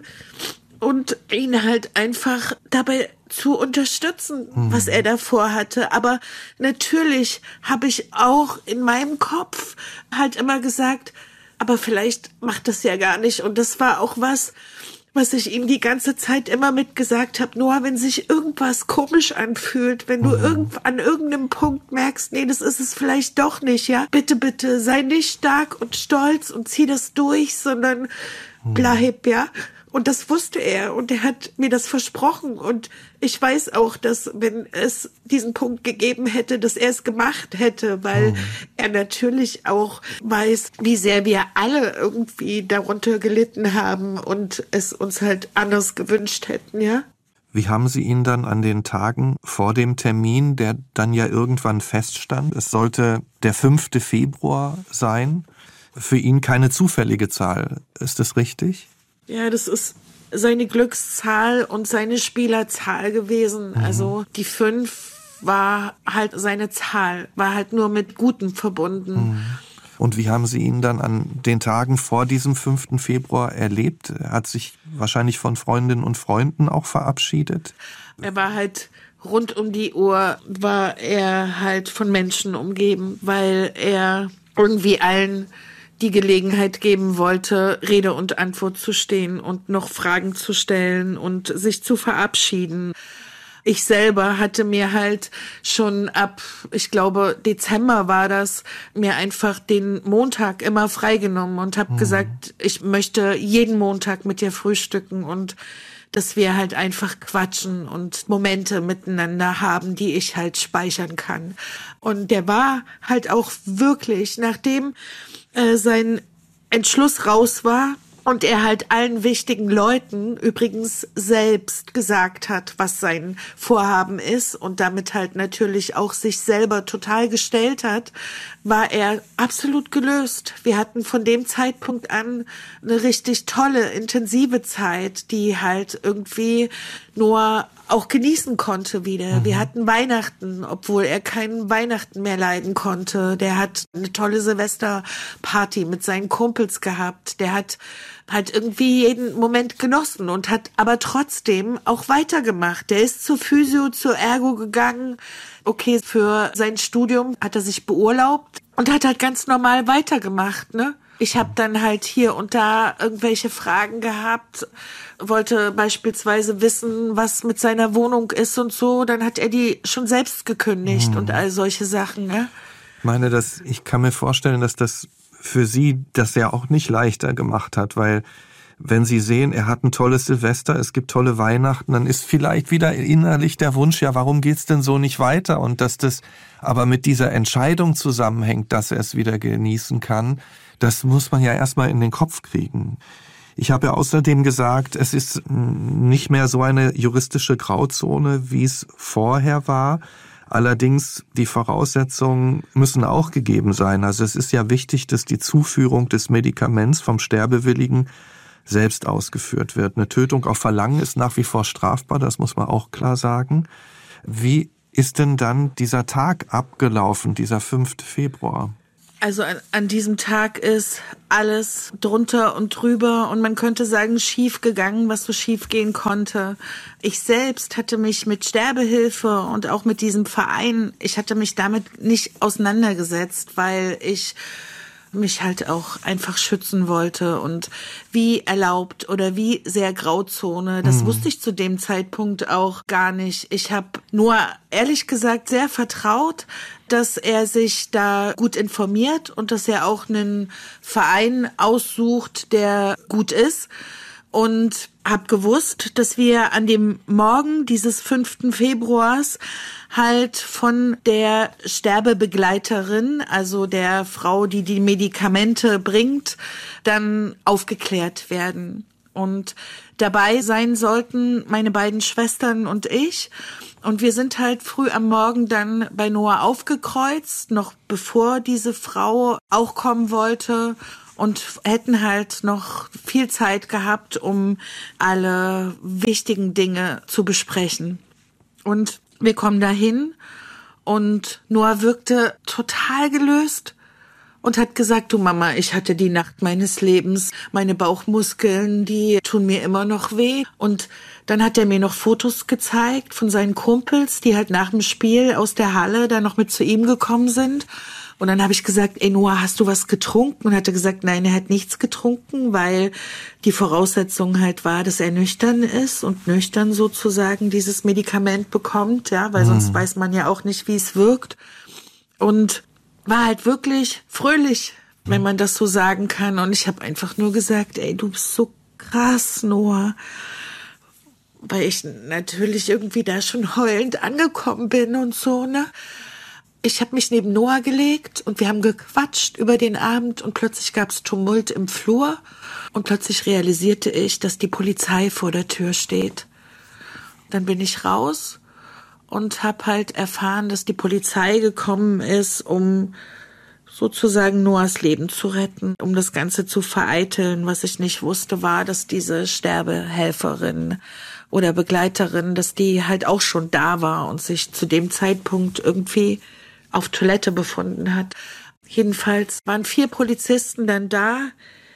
und ihn halt einfach dabei zu unterstützen, mhm. was er davor hatte. Aber natürlich habe ich auch in meinem Kopf halt immer gesagt, aber vielleicht macht das ja gar nicht. Und das war auch was, was ich ihm die ganze Zeit immer mitgesagt habe. Noah, wenn sich irgendwas komisch anfühlt, wenn du mhm. irgend, an irgendeinem Punkt merkst, nee, das ist es vielleicht doch nicht, ja, bitte, bitte, sei nicht stark und stolz und zieh das durch, sondern bleib, ja. Und das wusste er und er hat mir das versprochen. Und ich weiß auch, dass wenn es diesen Punkt gegeben hätte, dass er es gemacht hätte, weil mhm. er natürlich auch weiß, wie sehr wir alle irgendwie darunter gelitten haben und es uns halt anders gewünscht hätten, ja. Wie haben Sie ihn dann an den Tagen vor dem Termin, der dann ja irgendwann feststand, es sollte der fünfte Februar sein, für ihn keine zufällige Zahl, ist das richtig? Ja, das ist seine Glückszahl und seine Spielerzahl gewesen. Mhm. Also die fünf war halt seine Zahl, war halt nur mit Gutem verbunden. Mhm. Und wie haben Sie ihn dann an den Tagen vor diesem fünften Februar erlebt? Er hat sich wahrscheinlich von Freundinnen und Freunden auch verabschiedet. Er war halt rund um die Uhr, war er halt von Menschen umgeben, weil er irgendwie allen die Gelegenheit geben wollte, Rede und Antwort zu stehen und noch Fragen zu stellen und sich zu verabschieden. Ich selber hatte mir halt schon ab, ich glaube, Dezember war das, mir einfach den Montag immer freigenommen und habe mhm. gesagt, ich möchte jeden Montag mit dir frühstücken und dass wir halt einfach quatschen und Momente miteinander haben, die ich halt speichern kann. Und der war halt auch wirklich, nachdem äh, sein Entschluss raus war, und er halt allen wichtigen Leuten übrigens selbst gesagt hat, was sein Vorhaben ist und damit halt natürlich auch sich selber total gestellt hat, war er absolut gelöst. Wir hatten von dem Zeitpunkt an eine richtig tolle, intensive Zeit, die halt irgendwie nur auch genießen konnte wieder. Mhm. Wir hatten Weihnachten, obwohl er keinen Weihnachten mehr leiden konnte. Der hat eine tolle Silvesterparty mit seinen Kumpels gehabt. Der hat halt irgendwie jeden Moment genossen und hat aber trotzdem auch weitergemacht. Der ist zur Physio, zur Ergo gegangen. Okay, für sein Studium hat er sich beurlaubt und hat halt ganz normal weitergemacht, ne? Ich habe dann halt hier und da irgendwelche Fragen gehabt, wollte beispielsweise wissen, was mit seiner Wohnung ist und so. Dann hat er die schon selbst gekündigt hm. und all solche Sachen, ne? Ich meine, dass ich kann mir vorstellen, dass das für Sie das ja auch nicht leichter gemacht hat, weil wenn Sie sehen, er hat ein tolles Silvester, es gibt tolle Weihnachten, dann ist vielleicht wieder innerlich der Wunsch, ja, warum geht's denn so nicht weiter? Und dass das aber mit dieser Entscheidung zusammenhängt, dass er es wieder genießen kann, das muss man ja erstmal in den Kopf kriegen. Ich habe ja außerdem gesagt, es ist nicht mehr so eine juristische Grauzone, wie es vorher war. Allerdings, die Voraussetzungen müssen auch gegeben sein. Also es ist ja wichtig, dass die Zuführung des Medikaments vom Sterbewilligen selbst ausgeführt wird. Eine Tötung auf Verlangen ist nach wie vor strafbar, das muss man auch klar sagen. Wie ist denn dann dieser Tag abgelaufen, dieser fünfte Februar? Also an, an diesem Tag ist alles drunter und drüber und man könnte sagen, schief gegangen, was so schief gehen konnte. Ich selbst hatte mich mit Sterbehilfe und auch mit diesem Verein, ich hatte mich damit nicht auseinandergesetzt, weil ich mich halt auch einfach schützen wollte und wie erlaubt oder wie sehr Grauzone, das mhm. wusste ich zu dem Zeitpunkt auch gar nicht. Ich habe nur ehrlich gesagt sehr vertraut, dass er sich da gut informiert und dass er auch einen Verein aussucht, der gut ist. Und habe gewusst, dass wir an dem Morgen dieses fünften Februars halt von der Sterbebegleiterin, also der Frau, die die Medikamente bringt, dann aufgeklärt werden. Und dabei sein sollten meine beiden Schwestern und ich. Und wir sind halt früh am Morgen dann bei Noah aufgekreuzt, noch bevor diese Frau auch kommen wollte. Und hätten halt noch viel Zeit gehabt, um alle wichtigen Dinge zu besprechen. Und wir kommen dahin und Noah wirkte total gelöst und hat gesagt, du Mama, ich hatte die Nacht meines Lebens, meine Bauchmuskeln, die tun mir immer noch weh. Und dann hat er mir noch Fotos gezeigt von seinen Kumpels, die halt nach dem Spiel aus der Halle da noch mit zu ihm gekommen sind. Und dann habe ich gesagt, ey Noah, hast du was getrunken? Und hat er gesagt, nein, er hat nichts getrunken, weil die Voraussetzung halt war, dass er nüchtern ist und nüchtern sozusagen dieses Medikament bekommt, ja, weil mhm. sonst weiß man ja auch nicht, wie es wirkt. Und war halt wirklich fröhlich, wenn man das so sagen kann. Und ich habe einfach nur gesagt, ey, du bist so krass, Noah. Weil ich natürlich irgendwie da schon heulend angekommen bin und so, ne? Ich habe mich neben Noah gelegt und wir haben gequatscht über den Abend und plötzlich gab's Tumult im Flur und plötzlich realisierte ich, dass die Polizei vor der Tür steht. Dann bin ich raus und habe halt erfahren, dass die Polizei gekommen ist, um sozusagen Noahs Leben zu retten, um das Ganze zu vereiteln. Was ich nicht wusste, war, dass diese Sterbehelferin oder Begleiterin, dass die halt auch schon da war und sich zu dem Zeitpunkt irgendwie auf Toilette befunden hat. Jedenfalls waren vier Polizisten dann da,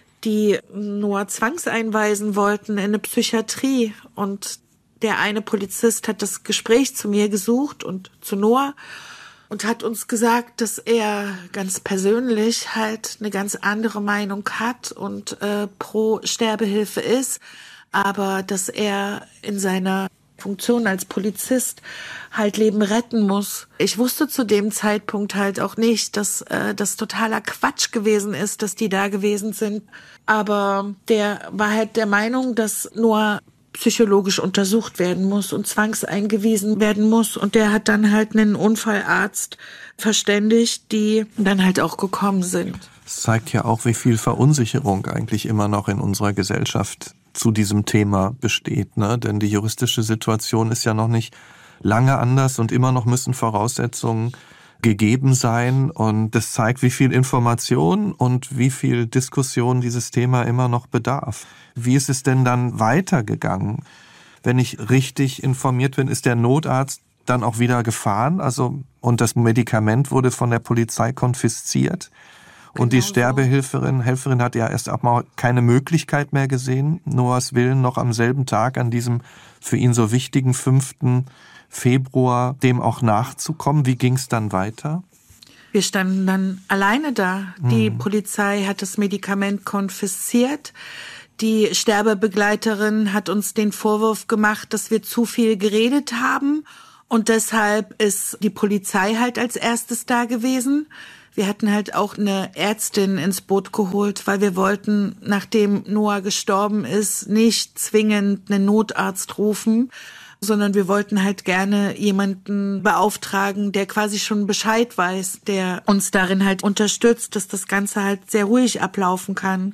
die Noah zwangseinweisen wollten in eine Psychiatrie. Und der eine Polizist hat das Gespräch zu mir gesucht und zu Noah und hat uns gesagt, dass er ganz persönlich halt eine ganz andere Meinung hat und äh, pro Sterbehilfe ist, aber dass er in seiner Funktion als Polizist halt Leben retten muss. Ich wusste zu dem Zeitpunkt halt auch nicht, dass äh, das totaler Quatsch gewesen ist, dass die da gewesen sind. Aber der war halt der Meinung, dass Noah psychologisch untersucht werden muss und zwangseingewiesen werden muss. Und der hat dann halt einen Unfallarzt verständigt, die dann halt auch gekommen sind. Es zeigt ja auch, wie viel Verunsicherung eigentlich immer noch in unserer Gesellschaft zu diesem Thema besteht, ne? Denn die juristische Situation ist ja noch nicht lange anders und immer noch müssen Voraussetzungen gegeben sein. Und das zeigt, wie viel Information und wie viel Diskussion dieses Thema immer noch bedarf. Wie ist es denn dann weitergegangen? Wenn ich richtig informiert bin, ist der Notarzt dann auch wieder gefahren, also und das Medikament wurde von der Polizei konfisziert. Und die Sterbehelferin Helferin hat ja erst einmal keine Möglichkeit mehr gesehen, Noahs Willen noch am selben Tag, an diesem für ihn so wichtigen fünften Februar, dem auch nachzukommen. Wie ging es dann weiter? Wir standen dann alleine da. Die hm. Polizei hat das Medikament konfisziert. Die Sterbebegleiterin hat uns den Vorwurf gemacht, dass wir zu viel geredet haben. Und deshalb ist die Polizei halt als erstes da gewesen. Wir hatten halt auch eine Ärztin ins Boot geholt, weil wir wollten, nachdem Noah gestorben ist, nicht zwingend einen Notarzt rufen, sondern wir wollten halt gerne jemanden beauftragen, der quasi schon Bescheid weiß, der uns darin halt unterstützt, dass das Ganze halt sehr ruhig ablaufen kann.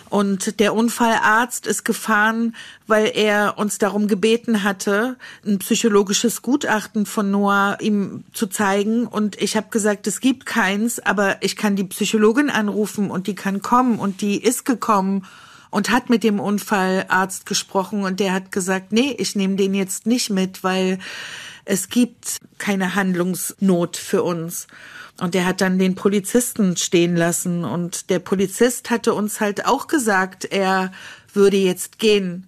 Und der Unfallarzt ist gefahren, weil er uns darum gebeten hatte, ein psychologisches Gutachten von Noah ihm zu zeigen. Und ich habe gesagt, es gibt keins, aber ich kann die Psychologin anrufen und die kann kommen und die ist gekommen und hat mit dem Unfallarzt gesprochen und der hat gesagt, nee, ich nehme den jetzt nicht mit, weil es gibt keine Handlungsnot für uns. Und der hat dann den Polizisten stehen lassen und der Polizist hatte uns halt auch gesagt, er würde jetzt gehen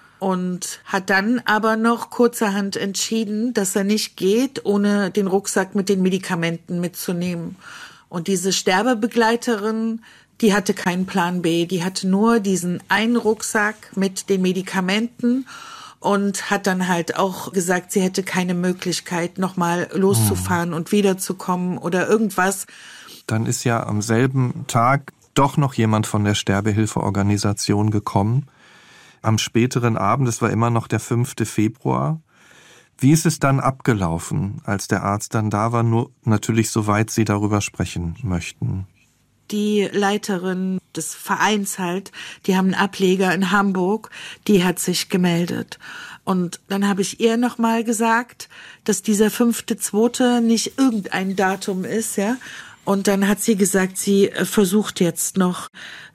und hat dann aber noch kurzerhand entschieden, dass er nicht geht, ohne den Rucksack mit den Medikamenten mitzunehmen. Und diese Sterbebegleiterin, die hatte keinen Plan B, die hatte nur diesen einen Rucksack mit den Medikamenten und hat dann halt auch gesagt, sie hätte keine Möglichkeit, nochmal loszufahren hm. und wiederzukommen oder irgendwas. Dann ist ja am selben Tag doch noch jemand von der Sterbehilfeorganisation gekommen. Am späteren Abend, es war immer noch der fünfte Februar. Wie ist es dann abgelaufen, als der Arzt dann da war? Nur natürlich, soweit Sie darüber sprechen möchten. Die Leiterin des Vereins halt, die haben einen Ableger in Hamburg, die hat sich gemeldet. Und dann habe ich ihr nochmal gesagt, dass dieser fünfte Zweite nicht irgendein Datum ist, ja. Und dann hat sie gesagt, sie versucht jetzt noch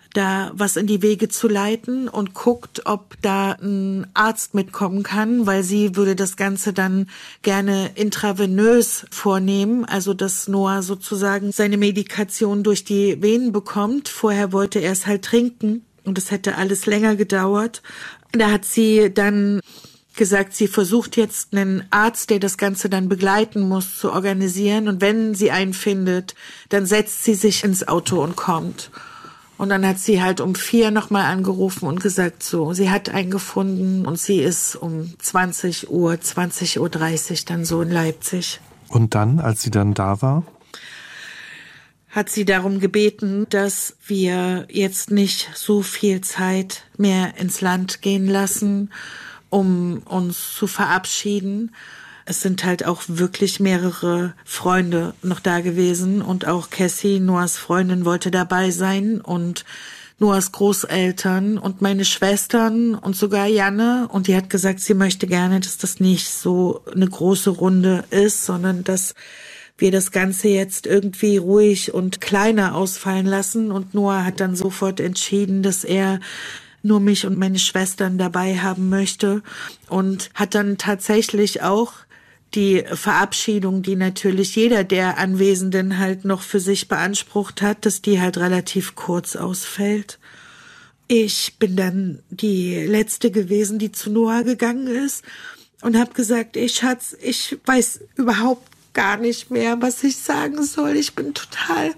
da was in die Wege zu leiten und guckt, ob da ein Arzt mitkommen kann, weil sie würde das Ganze dann gerne intravenös vornehmen, also dass Noah sozusagen seine Medikation durch die Venen bekommt. Vorher wollte er es halt trinken und es hätte alles länger gedauert. Da hat sie dann gesagt, sie versucht jetzt einen Arzt, der das Ganze dann begleiten muss, zu organisieren und wenn sie einen findet, dann setzt sie sich ins Auto und kommt. Und dann hat sie halt um vier nochmal angerufen und gesagt, so, sie hat einen gefunden und sie ist um zwanzig Uhr, zwanzig Uhr dreißig dann so in Leipzig. Und dann, als sie dann da war? hat sie darum gebeten, dass wir jetzt nicht so viel Zeit mehr ins Land gehen lassen, um uns zu verabschieden. Es sind halt auch wirklich mehrere Freunde noch da gewesen und auch Cassie, Noahs Freundin, wollte dabei sein und Noahs Großeltern und meine Schwestern und sogar Janne. Und die hat gesagt, sie möchte gerne, dass das nicht so eine große Runde ist, sondern dass wir das Ganze jetzt irgendwie ruhig und kleiner ausfallen lassen. Und Noah hat dann sofort entschieden, dass er nur mich und meine Schwestern dabei haben möchte und hat dann tatsächlich auch die Verabschiedung, die natürlich jeder der Anwesenden halt noch für sich beansprucht hat, dass die halt relativ kurz ausfällt. Ich bin dann die Letzte gewesen, die zu Noah gegangen ist und habe gesagt, ey Schatz, ich weiß überhaupt gar nicht mehr, was ich sagen soll. Ich bin total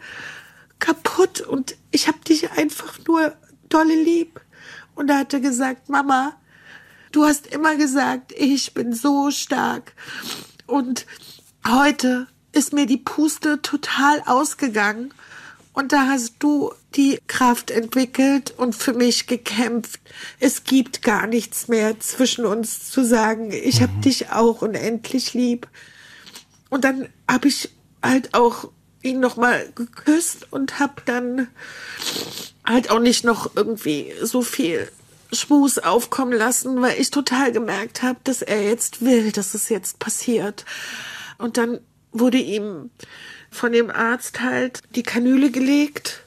kaputt und ich habe dich einfach nur dolle lieb. Und da hat er gesagt, Mama, du hast immer gesagt, ich bin so stark. Und heute ist mir die Puste total ausgegangen. Und da hast du die Kraft entwickelt und für mich gekämpft. Es gibt gar nichts mehr zwischen uns zu sagen. Ich hab dich auch unendlich lieb. Und dann habe ich halt auch ihn noch mal geküsst und hab dann halt auch nicht noch irgendwie so viel Schmus aufkommen lassen, weil ich total gemerkt habe, dass er jetzt will, dass es jetzt passiert. Und dann wurde ihm von dem Arzt halt die Kanüle gelegt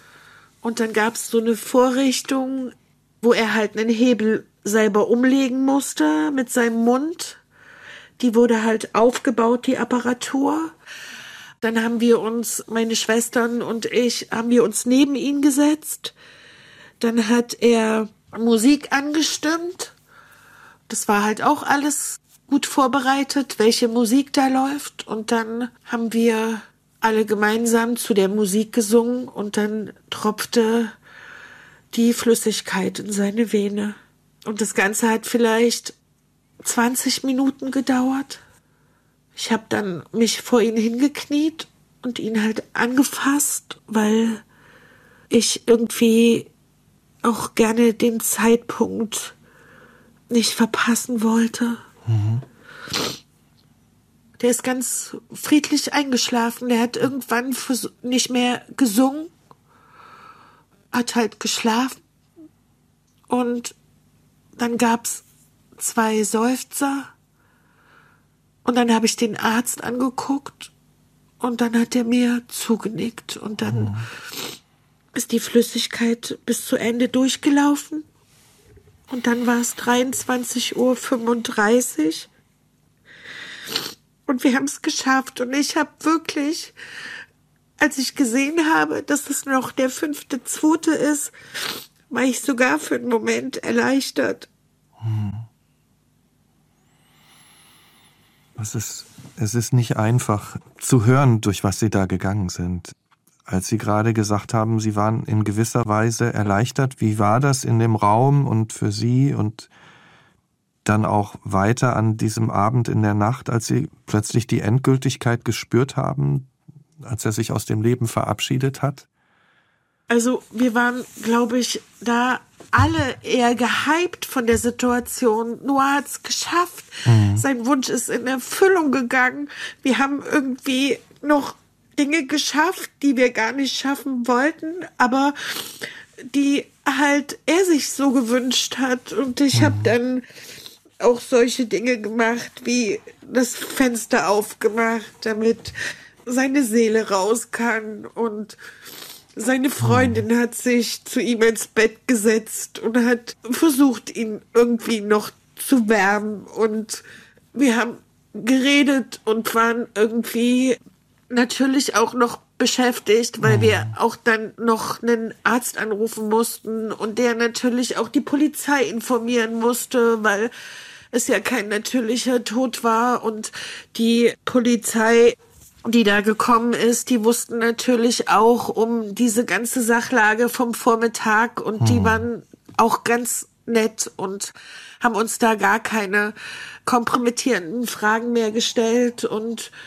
und dann gab es so eine Vorrichtung, wo er halt einen Hebel selber umlegen musste mit seinem Mund. Die wurde halt aufgebaut, die Apparatur. Dann haben wir uns, meine Schwestern und ich, haben wir uns neben ihn gesetzt. Dann hat er Musik angestimmt. Das war halt auch alles gut vorbereitet, welche Musik da läuft. Und dann haben wir alle gemeinsam zu der Musik gesungen und dann tropfte die Flüssigkeit in seine Vene. Und das Ganze hat vielleicht zwanzig Minuten gedauert. Ich habe dann mich vor ihn hingekniet und ihn halt angefasst, weil ich irgendwie auch gerne den Zeitpunkt nicht verpassen wollte. Mhm. Der ist ganz friedlich eingeschlafen. Der hat irgendwann nicht mehr gesungen, hat halt geschlafen. Und dann gab's zwei Seufzer. Und dann habe ich den Arzt angeguckt und dann hat er mir zugenickt. Und dann mhm. ist die Flüssigkeit bis zu Ende durchgelaufen. Und dann war es dreiundzwanzig Uhr fünfunddreißig. Und wir haben es geschafft. Und ich habe wirklich, als ich gesehen habe, dass es noch der fünfte Zweite ist, war ich sogar für einen Moment erleichtert. Hm. Es ist, es ist nicht einfach zu hören, durch was Sie da gegangen sind. Als Sie gerade gesagt haben, Sie waren in gewisser Weise erleichtert, wie war das in dem Raum und für Sie und dann auch weiter an diesem Abend in der Nacht, als Sie plötzlich die Endgültigkeit gespürt haben, als er sich aus dem Leben verabschiedet hat? Also wir waren, glaube ich, da alle eher gehypt von der Situation. Noah hat's geschafft. Mhm. Sein Wunsch ist in Erfüllung gegangen. Wir haben irgendwie noch Dinge geschafft, die wir gar nicht schaffen wollten, aber die halt er sich so gewünscht hat. Und ich mhm. habe dann auch solche Dinge gemacht, wie das Fenster aufgemacht, damit seine Seele raus kann. Und seine Freundin hat sich zu ihm ins Bett gesetzt und hat versucht, ihn irgendwie noch zu wärmen. Und wir haben geredet und waren irgendwie natürlich auch noch beschäftigt, weil wir auch dann noch einen Arzt anrufen mussten und der natürlich auch die Polizei informieren musste, weil es ja kein natürlicher Tod war. Und die Polizei, die da gekommen ist, die wussten natürlich auch um diese ganze Sachlage vom Vormittag und hm. die waren auch ganz nett und haben uns da gar keine kompromittierenden Fragen mehr gestellt und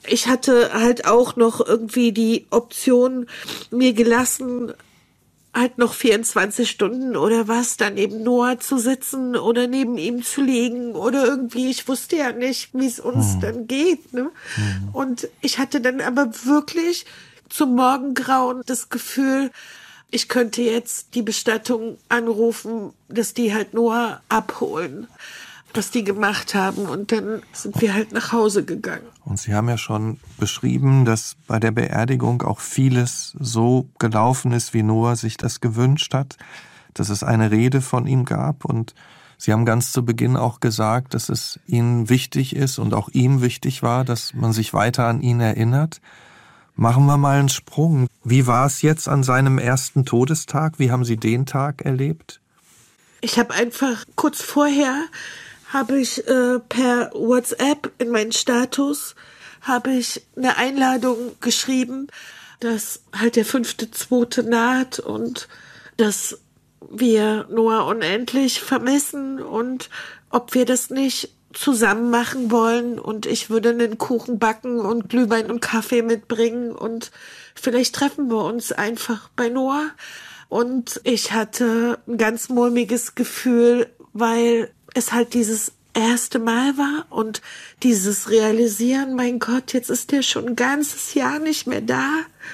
Ich hatte halt auch noch irgendwie die Option mir gelassen, halt noch vierundzwanzig Stunden oder was, dann neben Noah zu sitzen oder neben ihm zu liegen oder irgendwie, ich wusste ja nicht, wie es uns hm. dann geht, ne? Hm. Und ich hatte dann aber wirklich zum Morgengrauen das Gefühl, ich könnte jetzt die Bestattung anrufen, dass die halt Noah abholen, was die gemacht haben. Und dann sind wir halt nach Hause gegangen. Und Sie haben ja schon beschrieben, dass bei der Beerdigung auch vieles so gelaufen ist, wie Noah sich das gewünscht hat, dass es eine Rede von ihm gab. Und Sie haben ganz zu Beginn auch gesagt, dass es Ihnen wichtig ist und auch ihm wichtig war, dass man sich weiter an ihn erinnert. Machen wir mal einen Sprung. Wie war es jetzt an seinem ersten Todestag? Wie haben Sie den Tag erlebt? Ich habe einfach kurz vorher habe ich äh, per WhatsApp in meinen Status habe ich eine Einladung geschrieben, dass halt der fünfte Zweite naht und dass wir Noah unendlich vermissen und ob wir das nicht zusammen machen wollen und ich würde einen Kuchen backen und Glühwein und Kaffee mitbringen und vielleicht treffen wir uns einfach bei Noah. Und ich hatte ein ganz mulmiges Gefühl, weil es halt dieses erste Mal war und dieses Realisieren, mein Gott, jetzt ist der schon ein ganzes Jahr nicht mehr da.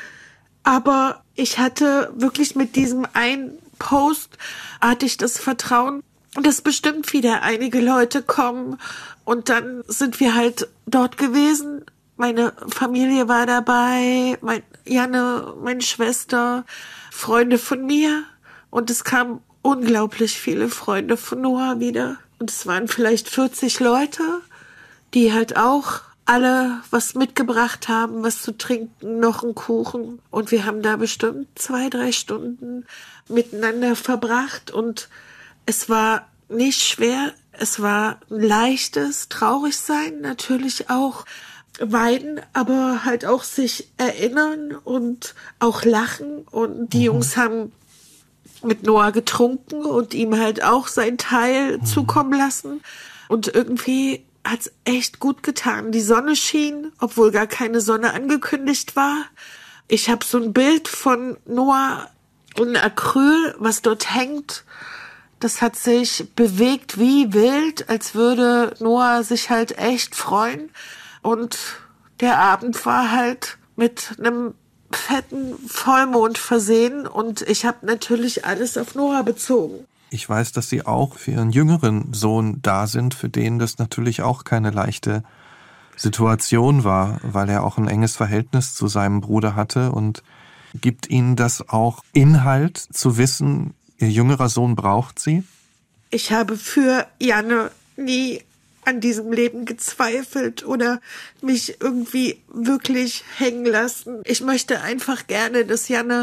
Aber ich hatte wirklich mit diesem einen Post, hatte ich das Vertrauen, dass bestimmt wieder einige Leute kommen. Und dann sind wir halt dort gewesen. Meine Familie war dabei, mein Janne, meine Schwester, Freunde von mir. Und es kamen unglaublich viele Freunde von Noah wieder. Und es waren vielleicht vierzig Leute, die halt auch alle was mitgebracht haben, was zu trinken, noch einen Kuchen. Und wir haben da bestimmt zwei, drei Stunden miteinander verbracht. Und es war nicht schwer, es war ein leichtes Traurigsein, natürlich auch weinen, aber halt auch sich erinnern und auch lachen. Und die mhm. Jungs haben mit Noah getrunken und ihm halt auch sein Teil mhm. zukommen lassen. Und irgendwie hat's echt gut getan. Die Sonne schien, obwohl gar keine Sonne angekündigt war. Ich habe so ein Bild von Noah und Acryl, was dort hängt. Das hat sich bewegt wie wild, als würde Noah sich halt echt freuen. Und der Abend war halt mit einem fetten Vollmond versehen und ich habe natürlich alles auf Noah bezogen. Ich weiß, dass Sie auch für Ihren jüngeren Sohn da sind, für den das natürlich auch keine leichte Situation war, weil er auch ein enges Verhältnis zu seinem Bruder hatte. Und gibt Ihnen das auch Inhalt zu wissen, Ihr jüngerer Sohn braucht Sie? Ich habe für Janne nie an diesem Leben gezweifelt oder mich irgendwie wirklich hängen lassen. Ich möchte einfach gerne, dass Janne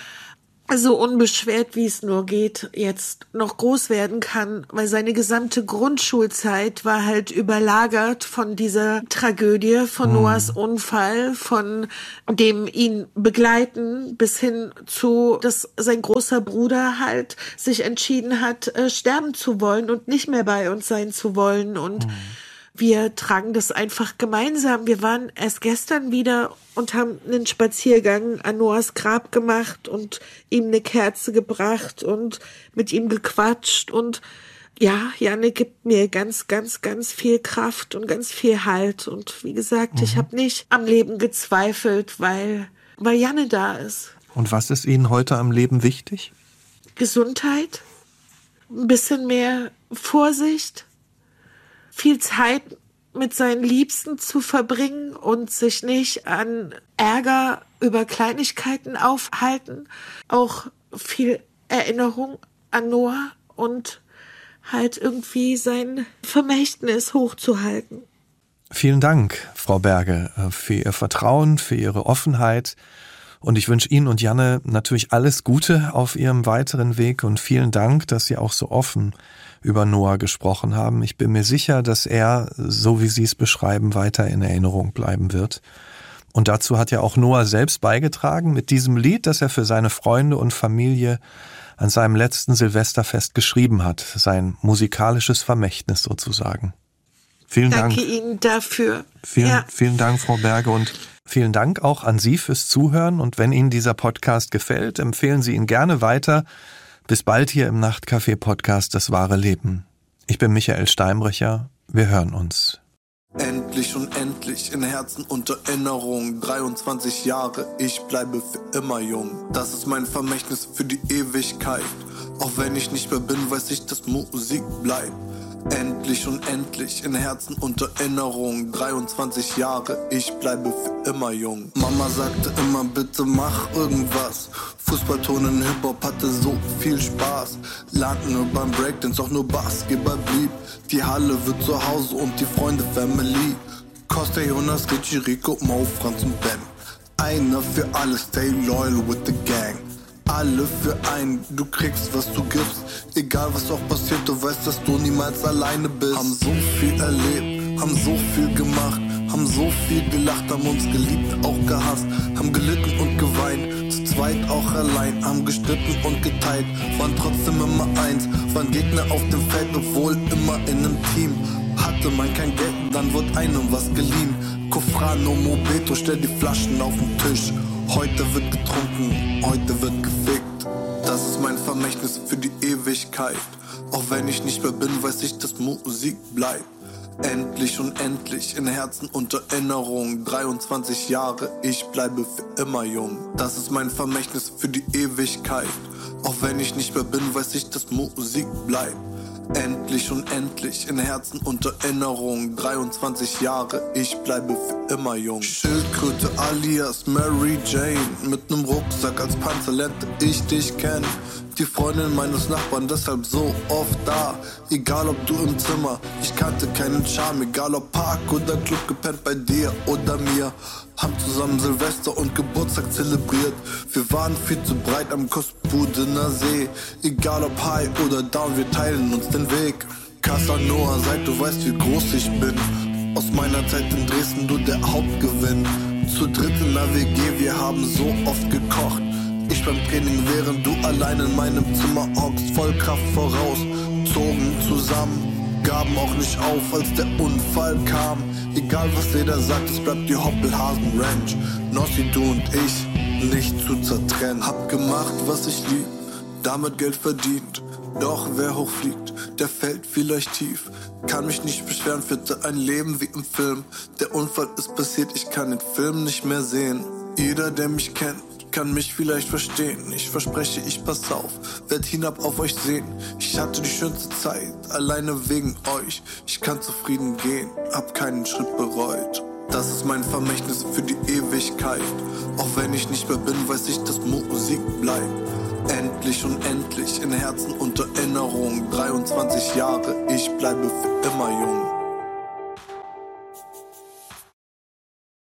so unbeschwert, wie es nur geht, jetzt noch groß werden kann, weil seine gesamte Grundschulzeit war halt überlagert von dieser Tragödie, von mhm. Noahs Unfall, von dem ihn begleiten, bis hin zu, dass sein großer Bruder halt sich entschieden hat, äh, sterben zu wollen und nicht mehr bei uns sein zu wollen. Und mhm. wir tragen das einfach gemeinsam. Wir waren erst gestern wieder und haben einen Spaziergang an Noahs Grab gemacht und ihm eine Kerze gebracht und mit ihm gequatscht. Und ja, Janne gibt mir ganz, ganz, ganz viel Kraft und ganz viel Halt. Und wie gesagt, mhm. ich habe nicht am Leben gezweifelt, weil, weil Janne da ist. Und was ist Ihnen heute am Leben wichtig? Gesundheit, ein bisschen mehr Vorsicht, viel Zeit mit seinen Liebsten zu verbringen und sich nicht an Ärger über Kleinigkeiten aufhalten. Auch viel Erinnerung an Noah und halt irgendwie sein Vermächtnis hochzuhalten. Vielen Dank, Frau Berge, für Ihr Vertrauen, für Ihre Offenheit. Und ich wünsche Ihnen und Janne natürlich alles Gute auf Ihrem weiteren Weg und vielen Dank, dass Sie auch so offen über Noah gesprochen haben. Ich bin mir sicher, dass er, so wie Sie es beschreiben, weiter in Erinnerung bleiben wird. Und dazu hat ja auch Noah selbst beigetragen mit diesem Lied, das er für seine Freunde und Familie an seinem letzten Silvesterfest geschrieben hat. Sein musikalisches Vermächtnis sozusagen. Vielen Danke Dank. Ihnen dafür. Vielen, ja. vielen Dank, Frau Berge, und vielen Dank auch an Sie fürs Zuhören. Und wenn Ihnen dieser Podcast gefällt, empfehlen Sie ihn gerne weiter. Bis bald hier im Nachtcafé-Podcast Das wahre Leben. Ich bin Michael Steinbrecher. Wir hören uns. Endlich und endlich in Herzen und Erinnerung, dreiundzwanzig Jahre, ich bleibe für immer jung. Das ist mein Vermächtnis für die Ewigkeit. Auch wenn ich nicht mehr bin, weiß ich, dass Musik bleibt. Endlich und endlich in Herzen und Erinnerung, dreiundzwanzig Jahre, ich bleibe für immer jung. Mama sagte immer, bitte mach irgendwas. Fußballturnen, Hip-Hop hatte so viel Spaß. Landen beim Breakdance, auch nur Basketball blieb. Die Halle wird zu Hause und die Freunde Family. Costa, Jonas, Richie, Rico, Mo, Franz und Ben. Einer für alle, stay loyal with the gang. Alle für einen, du kriegst, was du gibst. Egal was auch passiert, du weißt, dass du niemals alleine bist. Haben so viel erlebt, haben so viel gemacht, haben so viel gelacht, haben uns geliebt, auch gehasst, haben gelitten und geweint, zu zweit auch allein, haben gestritten und geteilt, waren trotzdem immer eins, waren Gegner auf dem Feld, obwohl immer in einem Team. Hatte man kein Geld, dann wurde einem was geliehen. Kofrano, Mobeto, stell die Flaschen auf den Tisch. Heute wird getrunken, heute wird gefickt. Das ist mein Vermächtnis für die Ewigkeit. Auch wenn ich nicht mehr bin, weiß ich, dass Musik bleibt. Endlich und endlich in Herzen und Erinnerung, dreiundzwanzig Jahre, ich bleibe für immer jung. Das ist mein Vermächtnis für die Ewigkeit. Auch wenn ich nicht mehr bin, weiß ich, dass Musik bleibt. Endlich und endlich in Herzen und Erinnerung, dreiundzwanzig Jahre, ich bleibe für immer jung. Schildkröte alias Mary Jane, mit nem Rucksack als Panzer lernte ich dich kennen. Die Freundin meines Nachbarn, deshalb so oft da. Egal ob du im Zimmer, ich kannte keinen Charme. Egal ob Park oder Club, gepennt bei dir oder mir. Haben zusammen Silvester und Geburtstag zelebriert. Wir waren viel zu breit am Kostbudener See. Egal ob High oder Down, wir teilen uns den Weg. Casanova, seit du weißt, wie groß ich bin. Aus meiner Zeit in Dresden, du der Hauptgewinn. Zu dritt in der W G, wir haben so oft gekocht. Ich beim Training, während du allein in meinem Zimmer hockst, voll Kraft voraus, zogen zusammen, gaben auch nicht auf, als der Unfall kam. Egal was jeder sagt, es bleibt die Hoppelhasen Ranch. Nossi, du und ich, nicht zu zertrennen. Hab gemacht, was ich lieb, damit Geld verdient. Doch wer hochfliegt, der fällt vielleicht tief. Kann mich nicht beschweren, führte ein Leben wie im Film. Der Unfall ist passiert, ich kann den Film nicht mehr sehen. Jeder, der mich kennt, kann mich vielleicht verstehen. Ich verspreche, ich pass auf, werd hinab auf euch sehen. Ich hatte die schönste Zeit, alleine wegen euch. Ich kann zufrieden gehen, hab keinen Schritt bereut. Das ist mein Vermächtnis für die Ewigkeit. Auch wenn ich nicht mehr bin, weiß ich, dass Musik bleibt. Endlich und endlich in Herzen und Erinnerung, dreiundzwanzig Jahre, ich bleibe für immer jung.